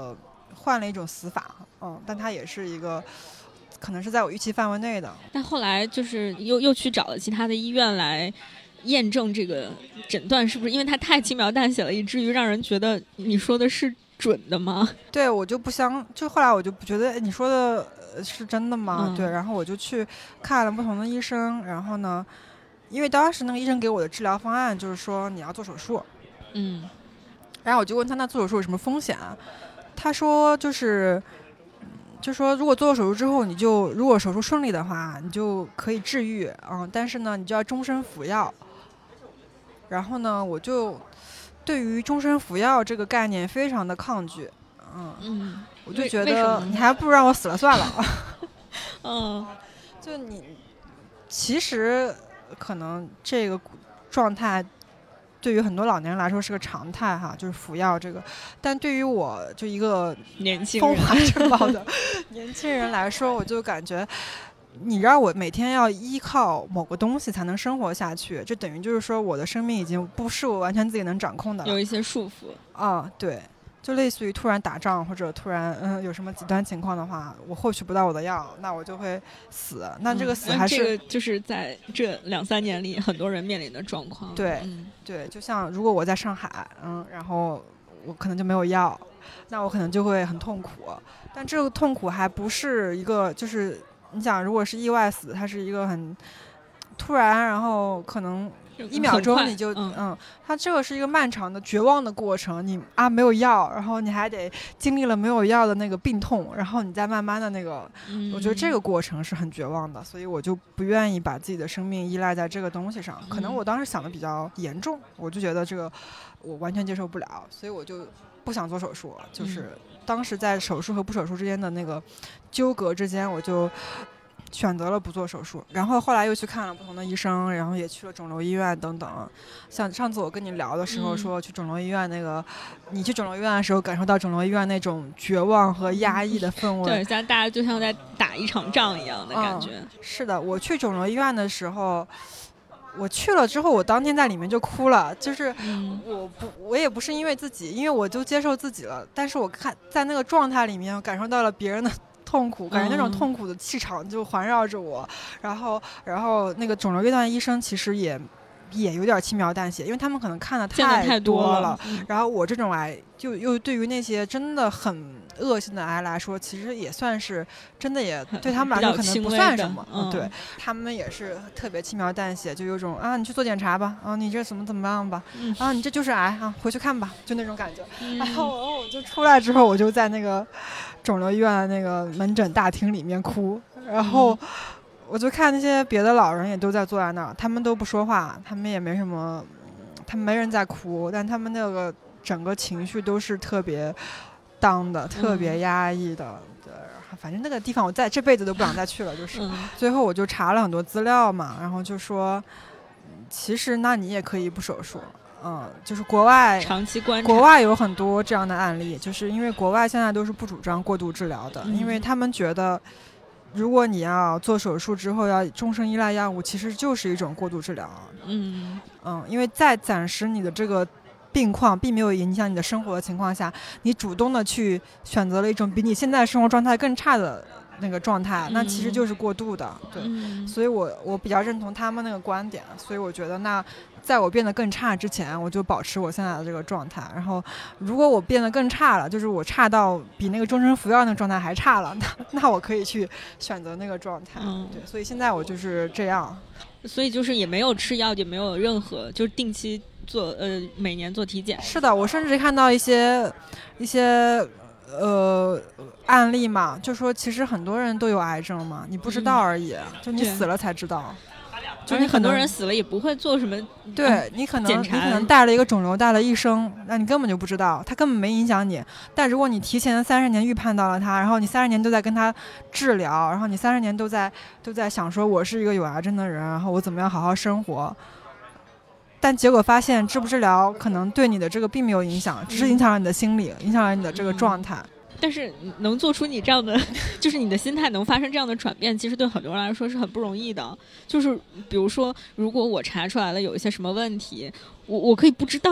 换了一种死法，嗯，但它也是一个可能是在我预期范围内的。 但后来就是又又去找了其他的医院来验证这个诊断是不是，因为它太轻描淡写了，以至于让人觉得你说的是准的吗？ 对，我就不相，就后来我就不觉得你说的是真的吗？ 嗯、 对，然后我就去看了不同的医生，然后呢，因为当时那个医生给我的治疗方案就是说你要做手术， 嗯， 然后我就问他那做手术有什么风险啊？他说就是就说如果做了手术之后，你就如果手术顺利的话，你就可以治愈，嗯，但是呢，你就要终身服药。然后呢，我就对于终身服药这个概念非常的抗拒，嗯， 嗯我就觉得你还不如让我死了算了。 嗯， 就你其实可能这个状态对于很多老年人来说是个常态哈，就是服药这个，但对于我就一个年轻风华正茂的年轻人来说，我就感觉你让我每天要依靠某个东西才能生活下去，这等于就是说我的生命已经不是我完全自己能掌控的了， 有一些束缚啊，对，就类似于突然打仗或者突然嗯有什么极端情况的话，我获取不到我的药，那我就会死。那这个死还是、 嗯、这个就是在这两三年里很多人面临的状况。 对、 嗯、 对，就像如果我在上海，嗯，然后我可能就没有药，那我可能就会很痛苦。但这个痛苦还不是一个，就是你想，如果是意外死，它是一个很突然，然后可能一秒钟你就 嗯, 嗯，它这个是一个漫长的绝望的过程。你啊没有药，然后你还得经历了没有药的那个病痛，然后你再慢慢的那个、嗯，我觉得这个过程是很绝望的，所以我就不愿意把自己的生命依赖在这个东西上。可能我当时想的比较严重，我就觉得这个我完全接受不了，所以我就不想做手术。就是当时在手术和不手术之间的那个纠葛之间，我就选择了不做手术，然后后来又去看了不同的医生，然后也去了肿瘤医院等等。像上次我跟你聊的时候说，去肿瘤医院那个、嗯、你去肿瘤医院的时候感受到肿瘤医院那种绝望和压抑的氛围， 对，像大家就像在打一场仗一样的感觉、嗯、 是的。我去肿瘤医院的时候，我去了之后我当天在里面就哭了，就是我不我也不是因为自己，因为我就接受自己了，但是我看在那个状态里面我感受到了别人的痛苦，感觉那种痛苦的气场就环绕着我、嗯、然后然后那个肿瘤医院医生其实也也有点轻描淡写，因为他们可能看的太多了, 了、嗯、然后我这种癌就又对于那些真的很恶性的癌来说，其实也算是真的，也对他们来说可能不算什么、嗯、对他们也是特别轻描淡写，就有种啊你去做检查吧，啊你这怎么怎么样吧、嗯、啊你这就是癌啊回去看吧，就那种感觉、嗯、然后我就出来之后，我就在那个肿瘤医院的那个门诊大厅里面哭，然后、嗯我就看那些别的老人也都在坐在那儿，他们都不说话，他们也没什么，他们没人在哭，但他们那个整个情绪都是特别当的，特别压抑的、嗯、对，反正那个地方我在这辈子都不想再去了，就是、嗯、最后我就查了很多资料嘛，然后就说其实那你也可以不手术，嗯，就是国外长期观察， 国外有很多这样的案例，就是因为国外现在都是不主张过度治疗的、嗯、因为他们觉得如果你要做手术之后要终身依赖药物，其实就是一种过度治疗。 嗯嗯，因为在暂时你的这个病况并没有影响你的生活的情况下，你主动的去选择了一种比你现在生活状态更差的那个状态，那其实就是过度的。对， 嗯、 所以我我比较认同他们那个观点，所以我觉得那在我变得更差之前，我就保持我现在的这个状态。然后，如果我变得更差了，就是我差到比那个终身服药那个状态还差了，那那我可以去选择那个状态。 嗯、 对，所以现在我就是这样。 所以就是也没有吃药，也没有任何，就是定期做呃每年做体检。 是的，我甚至看到一些一些呃案例嘛，就说其实很多人都有癌症嘛，你不知道而已，嗯、就你死了才知道。 就你很多人死了也不会做什么， 对、嗯、你可能你可能带了一个肿瘤带了一生，那你根本就不知道，它根本没影响你。但如果你提前三十年预判到了它，然后你三十年都在跟它治疗，然后你三十年都在都在想说我是一个有癌症的人，然后我怎么样好好生活，但结果发现治不治疗可能对你的这个并没有影响，只是影响了你的心理，影响了你的这个状态。 嗯，但是能做出你这样的，就是你的心态能发生这样的转变，其实对很多人来说是很不容易的。就是比如说，如果我查出来了有一些什么问题，我我可以不知道，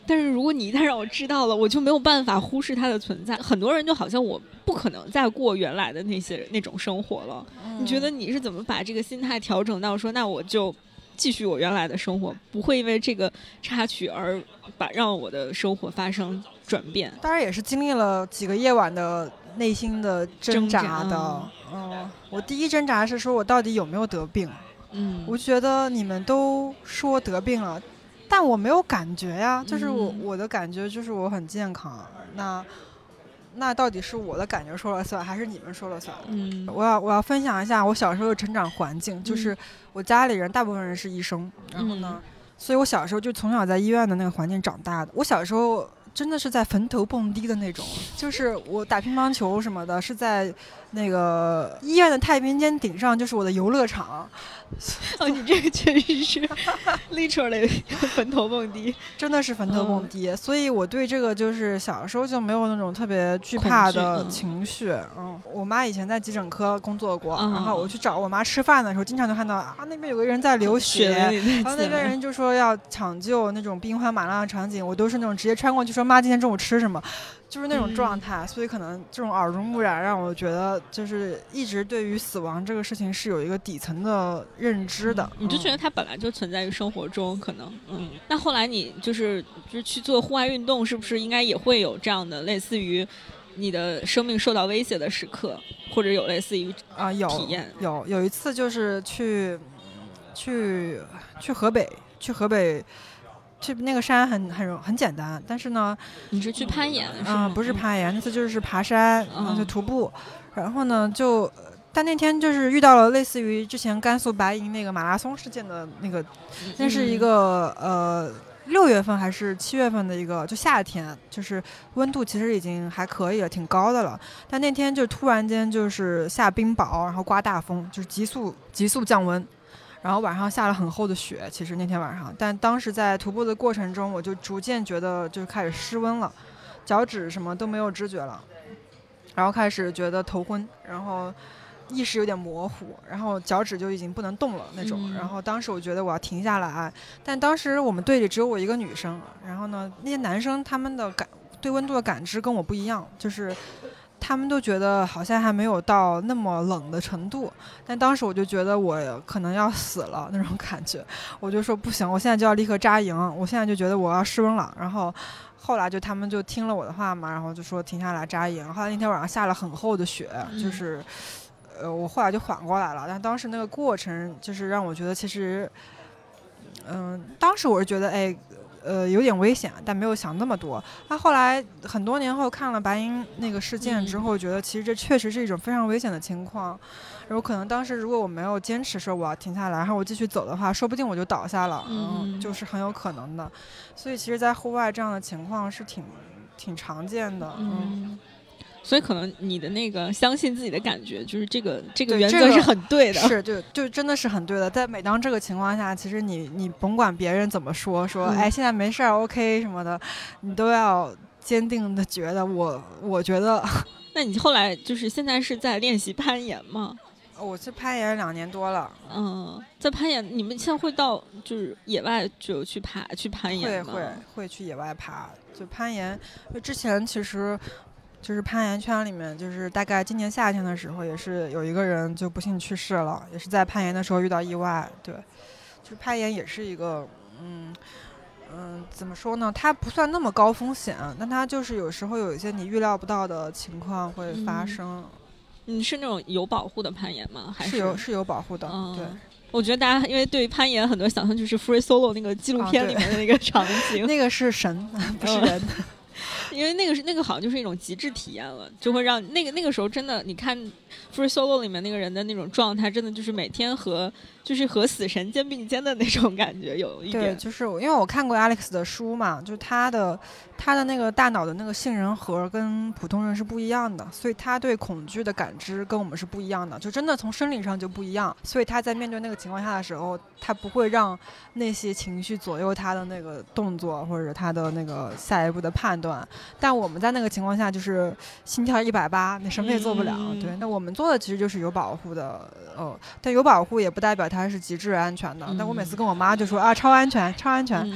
但是如果你一旦让我知道了，我就没有办法忽视它的存在。很多人就好像我不可能再过原来的那些那种生活了、嗯、你觉得你是怎么把这个心态调整到说那我就继续我原来的生活，不会因为这个插曲而把让我的生活发生转变？ 当然也是经历了几个夜晚的内心的挣扎的。嗯，我第一挣扎是说我到底有没有得病。 嗯， 我觉得你们都说得病了，但我没有感觉呀，就是我、 嗯、 我的感觉就是我很健康。那那到底是我的感觉说了算，还是你们说了算？ 嗯， 我要我要分享一下我小时候的成长环境，嗯、就是我家里人大部分人是医生，然后呢， 嗯、 所以我小时候就从小在医院的那个环境长大的。我小时候真的是在坟头蹦迪的那种，就是我打乒乓球什么的，是在那个医院的太平间顶上，就是我的游乐场。 哦，你这个确实是 literally 坟头蹦迪， 真的是坟头蹦迪、嗯，所以我对这个就是小时候就没有那种特别惧怕的情绪。嗯，我妈以前在急诊科工作过、嗯，然后我去找我妈吃饭的时候，经常就看到啊那边有个人在流血，然后那边人就说要抢救那种兵荒马乱的场景，我都是那种直接穿过去说妈今天中午吃什么。就是那种状态、嗯，所以可能这种耳濡目染让我觉得，就是一直对于死亡这个事情是有一个底层的认知的。 嗯、你就觉得它本来就存在于生活中，可能，嗯。那后来你就是就是去做户外运动，是不是应该也会有这样的类似于你的生命受到威胁的时刻，或者有类似于啊有体验？ 有有一次就是去去去河北，去河北。去那个山很很很简单，但是呢， 你是去攀岩是吗？嗯，不是攀岩，那次就是爬山，然后就徒步，然后呢就，但那天就是遇到了类似于之前甘肃白银那个马拉松事件的那个，那是一个呃六月份还是七月份的一个，就夏天，就是温度其实已经还可以了，挺高的了，但那天就突然间就是下冰雹，然后刮大风，就是急速急速降温。然后晚上下了很厚的雪，其实那天晚上，但当时在徒步的过程中，我就逐渐觉得就开始失温了，脚趾什么都没有知觉了，然后开始觉得头昏，然后意识有点模糊，然后脚趾就已经不能动了那种、嗯、然后当时我觉得我要停下来，但当时我们队里只有我一个女生，然后呢那些男生他们的感对温度的感知跟我不一样，就是他们都觉得好像还没有到那么冷的程度，但当时我就觉得我可能要死了那种感觉，我就说不行，我现在就要立刻扎营，我现在就觉得我要失温了。然后后来就他们就听了我的话嘛，然后就说停下来扎营。后来那天晚上下了很厚的雪，就是呃我后来就缓过来了，但当时那个过程就是让我觉得其实嗯、呃、当时我是觉得哎呃，有点危险，但没有想那么多。他后来很多年后看了白银那个事件之后，觉得其实这确实是一种非常危险的情况。然后可能当时如果我没有坚持说我要停下来，然后我继续走的话，说不定我就倒下了，嗯，就是很有可能的。所以其实，在户外这样的情况是挺挺常见的，嗯。 嗯，所以可能你的那个相信自己的感觉，就是这个这个原则是很对的， 这个、是就就真的是很对的。在每当这个情况下，其实你你甭管别人怎么说，说、嗯、哎现在没事儿 ，OK 什么的，你都要坚定的觉得我我觉得。 那你后来就是现在是在练习攀岩吗？ 我去攀岩两年多了。 嗯，在攀岩，你们现在会到就是野外就去爬去攀岩吗？ 会会会去野外爬，就攀岩。就之前其实。就是攀岩圈里面，就是大概今年夏天的时候，也是有一个人就不幸去世了，也是在攀岩的时候遇到意外。对，就攀岩也是一个，嗯嗯，怎么说呢？它不算那么高风险，但它就是有时候有一些你预料不到的情况会发生。 你、嗯、是那种有保护的攀岩吗？还是是有是有保护的？嗯、对。 我觉得大家因为对攀岩很多想象就是 Free Solo 那个纪录片里面的那个场景， 啊、那个是神，不是人。 因为那个是那个好像就是一种极致体验了，就会让那个那个时候真的，你看 Free Solo 里面那个人的那种状态，真的就是每天和就是和死神肩并肩的那种感觉，有一点。 对，就是因为我看过 Alex 的书嘛，就是他的他的那个大脑的那个杏仁核跟普通人是不一样的，所以他对恐惧的感知跟我们是不一样的，就真的从生理上就不一样。所以他在面对那个情况下的时候，他不会让那些情绪左右他的那个动作或者他的那个下一步的判断。但我们在那个情况下就是心跳一百八，你什么也做不了、嗯。对，那我们做的其实就是有保护的，呃，但有保护也不代表它是极致安全的。嗯、但我每次跟我妈就说啊，超安全，超安全。 嗯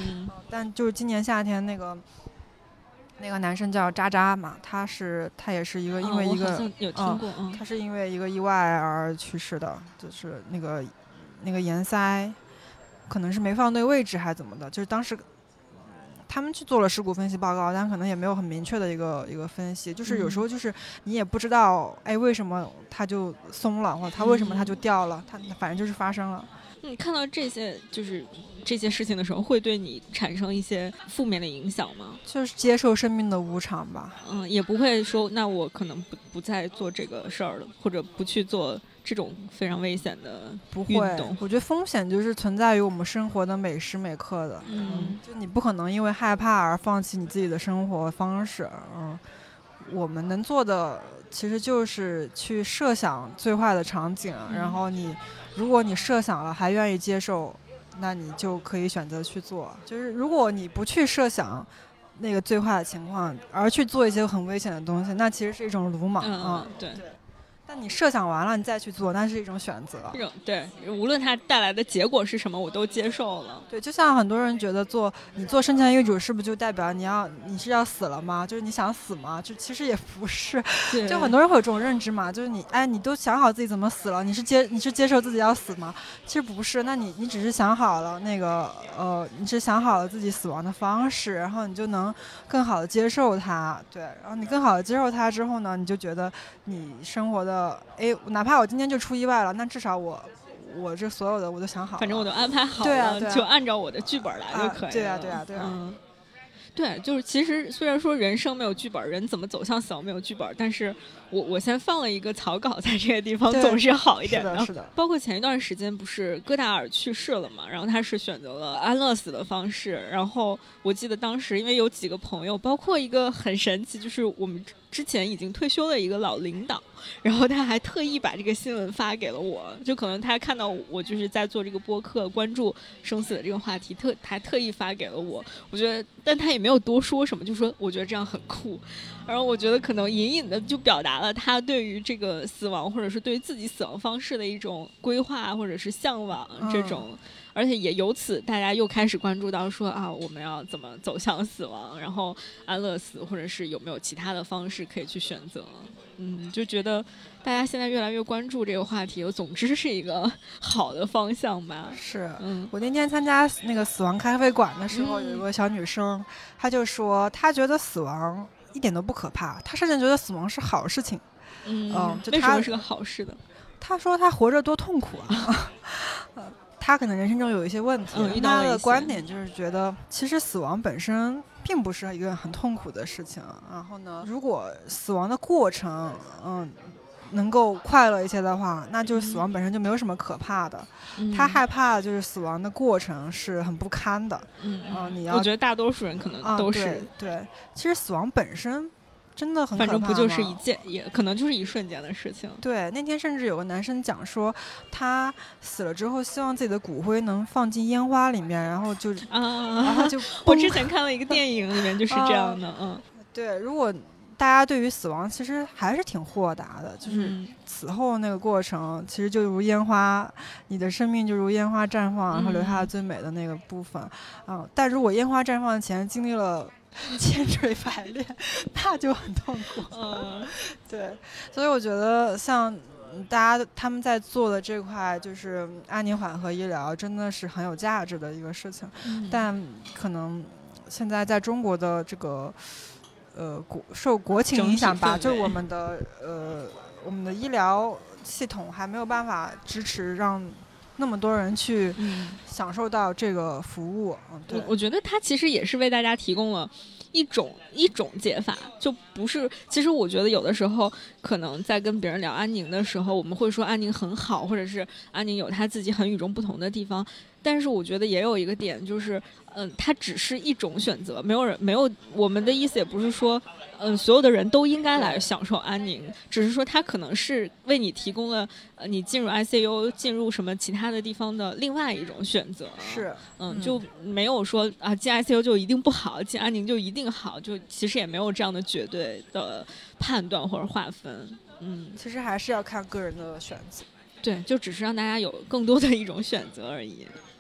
但就是今年夏天那个那个男生叫渣渣嘛，他是他也是一个因为一个、 哦、我好像有听过，嗯， 他是因为一个意外而去世的，就是那个那个盐塞可能是没放对位置还是怎么的，就是当时他们去做了事故分析报告，但可能也没有很明确的一个一个分析，就是有时候就是你也不知道，哎，为什么它就松了，或者它为什么它就掉了，它反正就是发生了。 你看到这些就是这些事情的时候，会对你产生一些负面的影响吗？ 就是接受生命的无常吧。 嗯，也不会说那我可能不不再做这个事儿了，或者不去做这种非常危险的运动。 不会，我觉得风险就是存在于我们生活的每时每刻的。 嗯， 就你不可能因为害怕而放弃你自己的生活方式。嗯，我们能做的其实就是去设想最坏的场景， 嗯、 然后你如果你设想了还愿意接受，那你就可以选择去做。就是如果你不去设想那个最坏的情况，而去做一些很危险的东西，那其实是一种鲁莽。 嗯， 嗯对。 对，但你设想完了，你再去做，那是一种选择。 这种对，无论它带来的结果是什么，我都接受了。 对，就像很多人觉得做你做生前遗嘱，是不是就代表你要你是要死了吗？就是你想死吗？就其实也不是，就很多人会有这种认知嘛，就是你哎，你都想好自己怎么死了，你是接你是接受自己要死吗？其实不是，那你你只是想好了那个呃，你是想好了自己死亡的方式，然后你就能更好的接受它。对，然后你更好的接受它之后呢，你就觉得你生活的哎。哪怕我今天就出意外了，那至少我我这所有的我都想好了， 反正我都安排好了， 对啊对啊， 就按照我的剧本来就可以了。 啊对啊对啊对啊。 嗯，对，就是其实虽然说人生没有剧本，人怎么走向死亡没有剧本，但是我我先放了一个草稿在这个地方，总是好一点的。是的，是的。 包括前一段时间不是戈达尔去世了嘛，然后他是选择了安乐死的方式，然后我记得当时因为有几个朋友，包括一个很神奇，就是我们之前已经退休的一个老领导，然后他还特意把这个新闻发给了我，就可能他看到我就是在做这个播客，关注生死的这个话题，特还特意发给了我。我觉得，但他也没有多说什么，就说我觉得这样很酷。然后我觉得可能隐隐的就表达了他对于这个死亡，或者是对于自己死亡方式的一种规划，或者是向往这种。嗯，而且也由此大家又开始关注到说啊，我们要怎么走向死亡，然后安乐死，或者是有没有其他的方式可以去选择。嗯，就觉得大家现在越来越关注这个话题，总之是一个好的方向吧。 是， 嗯， 我那天参加那个死亡咖啡馆的时候，嗯、有一个小女生，她就说她觉得死亡一点都不可怕，她甚至觉得死亡是好事情。 嗯， 嗯就为什么是个好事的？ 她说她活着多痛苦啊。他可能人生中有一些问题， 嗯， 他的观点就是觉得，其实死亡本身并不是一个很痛苦的事情。然后呢，如果死亡的过程，嗯，能够快乐一些的话，那就是死亡本身就没有什么可怕的。嗯、他害怕就是死亡的过程是很不堪的。 嗯嗯、呃，你要， 我觉得大多数人可能都是。 啊、对, 对，其实死亡本身。真的很可怕， 反正不就是一件，也可能就是一瞬间的事情。 对，那天甚至有个男生讲说，他死了之后，希望自己的骨灰能放进烟花里面，然后就啊， 然后就我之前看了一个电影，里面就是这样的。嗯， 对，如果大家对于死亡其实还是挺豁达的，就是死后那个过程，其实就如烟花，你的生命就如烟花绽放，然后留下了最美的那个部分。嗯，嗯但如果烟花绽放前经历了千锤百炼，那就很痛苦。 嗯， 对，所以我觉得像大家他们在做的这块，就是安宁缓和医疗，真的是很有价值的一个事情。 嗯、 但可能现在在中国的这个呃国受国情影响吧，就是我们的呃我们的医疗系统还没有办法支持让那么多人去享受到这个服务。嗯，对， 我我觉得它其实也是为大家提供了一种一种解法，就不是。其实我觉得有的时候，可能在跟别人聊安宁的时候，我们会说安宁很好，或者是安宁有它自己很与众不同的地方。但是我觉得也有一个点，就是嗯，它只是一种选择，没有人没有我们的意思也不是说，嗯，所有的人都应该来享受安宁，只是说它可能是为你提供了呃，你进入 I C U 进入什么其他的地方的另外一种选择。 是， 嗯，就没有说啊进 I C U 就一定不好，进安宁就一定好，就其实也没有这样的绝对的判断或者划分。嗯， 其实还是要看个人的选择。 对，就只是让大家有更多的一种选择而已。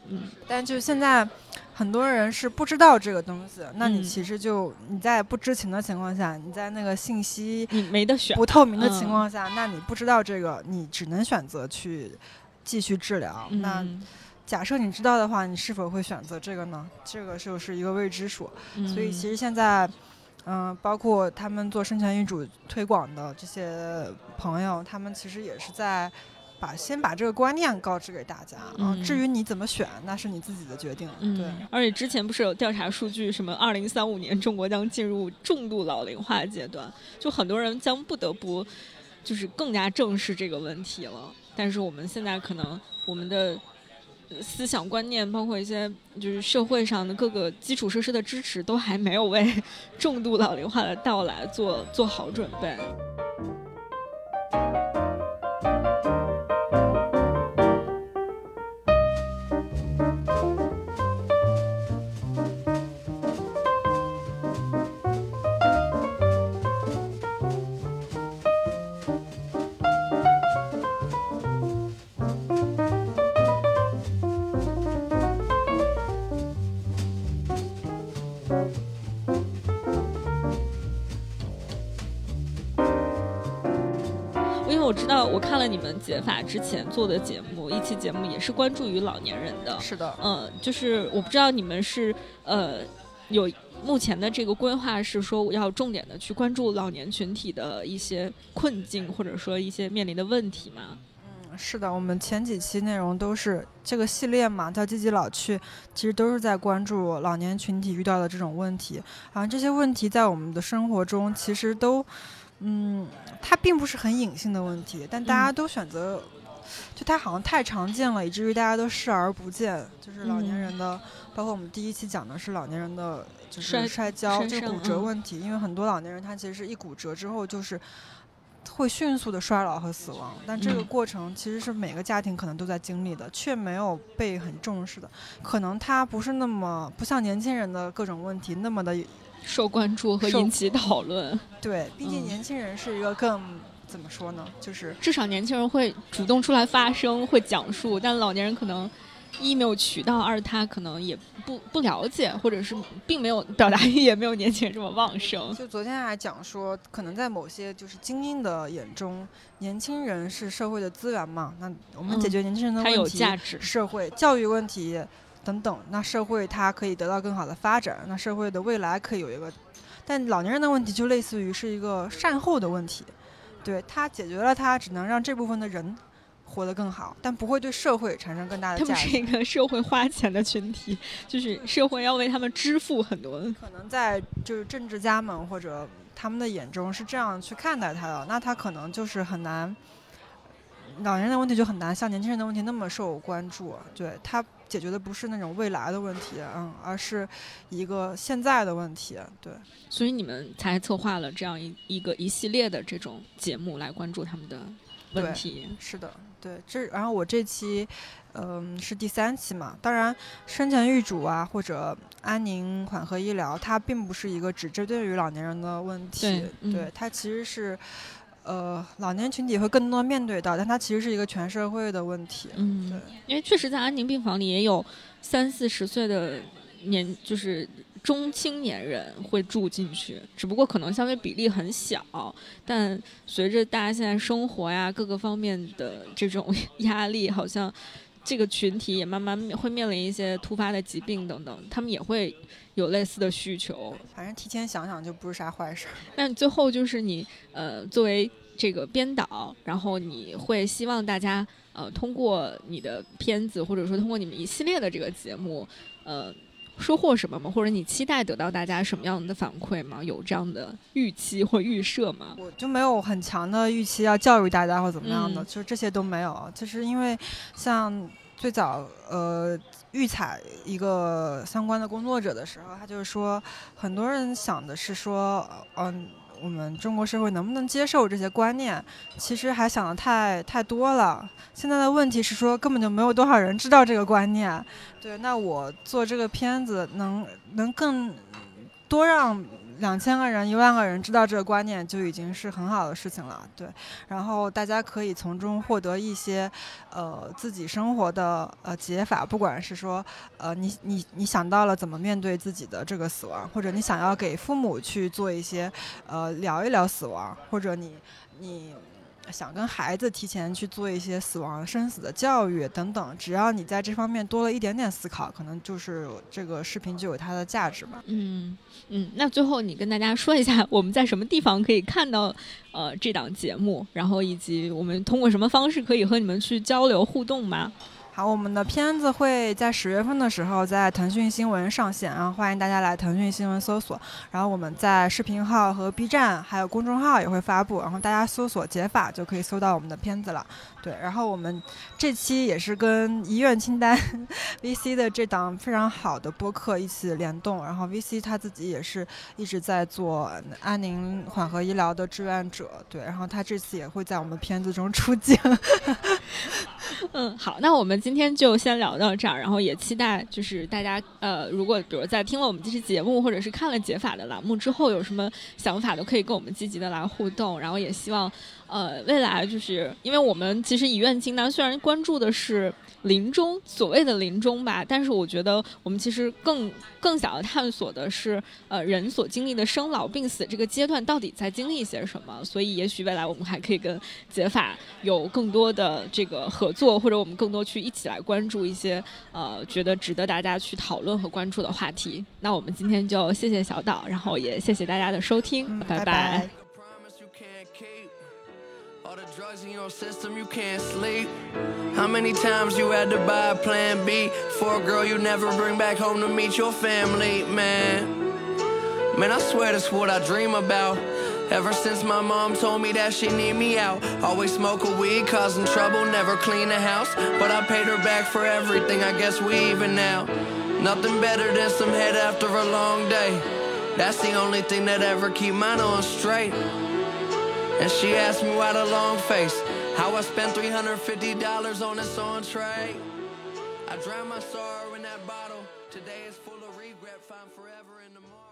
嗯， 但就现在很多人是不知道这个东西，那你嗯其实就你在不知情的情况下，你在那个信息你没得选， 不透明的情况下，嗯、那你不知道这个，你只能选择去继续治疗。 嗯、 那假设你知道的话，你是否会选择这个呢？这个就是一个未知数。 嗯、 所以其实现在，嗯、呃，包括他们做生前遗嘱推广的这些朋友，他们其实也是在把先把这个观念告知给大家。嗯，至于你怎么选，那是你自己的决定。 嗯， 对。 而且之前不是有调查数据，什么二零三五年中国将进入重度老龄化阶段，就很多人将不得不就是更加正视这个问题了。但是我们现在可能我们的思想观念，包括一些就是社会上的各个基础设施的支持，都还没有为重度老龄化的到来做做好准备。我知道，我看了你们解法之前做的节目，一期节目也是关注于老年人的。 是的， 嗯，就是我不知道你们是呃有目前的这个规划是说要重点的去关注老年群体的一些困境，或者说一些面临的问题吗？ 嗯，是的，我们前几期内容都是这个系列嘛，叫积极老去，其实都是在关注老年群体遇到的这种问题。然后这些问题在我们的生活中其实都。嗯，它并不是很隐性的问题，但大家都选择，嗯、就它好像太常见了，以至于大家都视而不见。就是老年人的，嗯、包括我们第一期讲的是老年人的，就是摔跤这个骨折问题，嗯、因为很多老年人他其实是一骨折之后就是会迅速的衰老和死亡，但这个过程其实是每个家庭可能都在经历的，却没有被很重视的。可能它不是那么不像年轻人的各种问题那么的。 受关注和引起讨论， 对，毕竟年轻人是一个更、嗯、怎么说呢？就是至少年轻人会主动出来发声，会讲述，但老年人可能一没有渠道，二他可能也不不了解，或者是并没有表达欲也没有年轻人这么旺盛。 就昨天还讲说，可能在某些就是精英的眼中，年轻人是社会的资源嘛，那我们解决年轻人的问题， 它有价值， 社会教育问题。等等，那社会它可以得到更好的发展，那社会的未来可以有一个，但老年人的问题就类似于是一个善后的问题，对，它解决了它只能让这部分的人活得更好，但不会对社会产生更大的价值。 他们是一个社会花钱的群体，就是社会要为他们支付很多。 可能在就是政治家们或者他们的眼中是这样去看待他的，那他可能就是很难，老年人的问题就很难像年轻人的问题那么受关注，对他。解决的不是那种未来的问题，嗯，而是一个现在的问题，对。 所以你们才策划了这样一一个一系列的这种节目来关注他们的问题。 是的，对。这然后我这期，嗯、呃，是第三期嘛。当然，生前预嘱啊，或者安宁缓和医疗，它并不是一个只针对于老年人的问题， 对，嗯、 对，它其实是。呃，老年群体会更多面对到，但它其实是一个全社会的问题。 嗯， 对， 因为确实在安宁病房里也有三四十岁的年，就是中青年人会住进去，只不过可能相对比例很小。但随着大家现在生活呀各个方面的这种压力，好像这个群体也慢慢会面临一些突发的疾病等等，他们也会有类似的需求。 反正提前想想就不是啥坏事。 但最后就是你呃作为这个编导，然后你会希望大家呃通过你的片子或者说通过你们一系列的这个节目呃收获什么吗？或者你期待得到大家什么样的反馈吗？有这样的预期或预设吗？ 我就没有很强的预期要教育大家或怎么样的， 嗯、 就这些都没有。就是因为像最早呃预采一个相关的工作者的时候，他就是说很多人想的是说嗯。我们中国社会能不能接受这些观念，其实还想的太太多了。现在的问题是说根本就没有多少人知道这个观念。对，那我做这个片子能能更多让两千个人、一万个人知道这个观念就已经是很好的事情了。对，然后大家可以从中获得一些呃自己生活的呃解法，不管是说呃你你你想到了怎么面对自己的这个死亡，或者你想要给父母去做一些呃聊一聊死亡，或者你你。想跟孩子提前去做一些死亡生死的教育等等，只要你在这方面多了一点点思考，可能就是这个视频就有它的价值吧。 嗯嗯，那最后你跟大家说一下，我们在什么地方可以看到呃这档节目，然后以及我们通过什么方式可以和你们去交流互动吗？ 好，我们的片子会在十月份的时候在腾讯新闻上线，然后欢迎大家来腾讯新闻搜索。然后我们在视频号和 B 站还有公众号也会发布，然后大家搜索解法就可以搜到我们的片子了。对，然后我们这期也是跟遗愿清单 V C 的这档非常好的播客一起联动，然后 V C 他自己也是一直在做安宁缓和医疗的志愿者，对，然后他这次也会在我们片子中出镜。 嗯，好，那我们今天就先聊到这儿，然后也期待就是大家呃，如果比如在听了我们这期节目，或者是看了解法的栏目之后，有什么想法都可以跟我们积极的来互动，然后也希望呃未来就是因为我们其实遗愿清单虽然关注的是临终，所谓的临终吧，但是我觉得我们其实更更想要探索的是呃人所经历的生老病死这个阶段到底在经历些什么，所以也许未来我们还可以跟解法有更多的这个合作，或者我们更多去一起来关注一些呃觉得值得大家去讨论和关注的话题。那我们今天就谢谢小岛，然后也谢谢大家的收听， 嗯、 拜拜拜。 All the drugs in your system, you can't sleep. How many times you had to buy a plan B for a girl you never bring back home to meet your family, man? Man, I swear that's what I dream about. Ever since my mom told me that she need me out. Always smoke a weed, causing trouble, never clean the house. But I paid her back for everything, I guess we even now. Nothing better than some head after a long day. That's the only thing that ever keep mine on straight. And she asked me why the long face, how I spent three hundred fifty dollars on this entree. I drowned my sorrow in that bottle. Today is full of regret, found forever in the morning.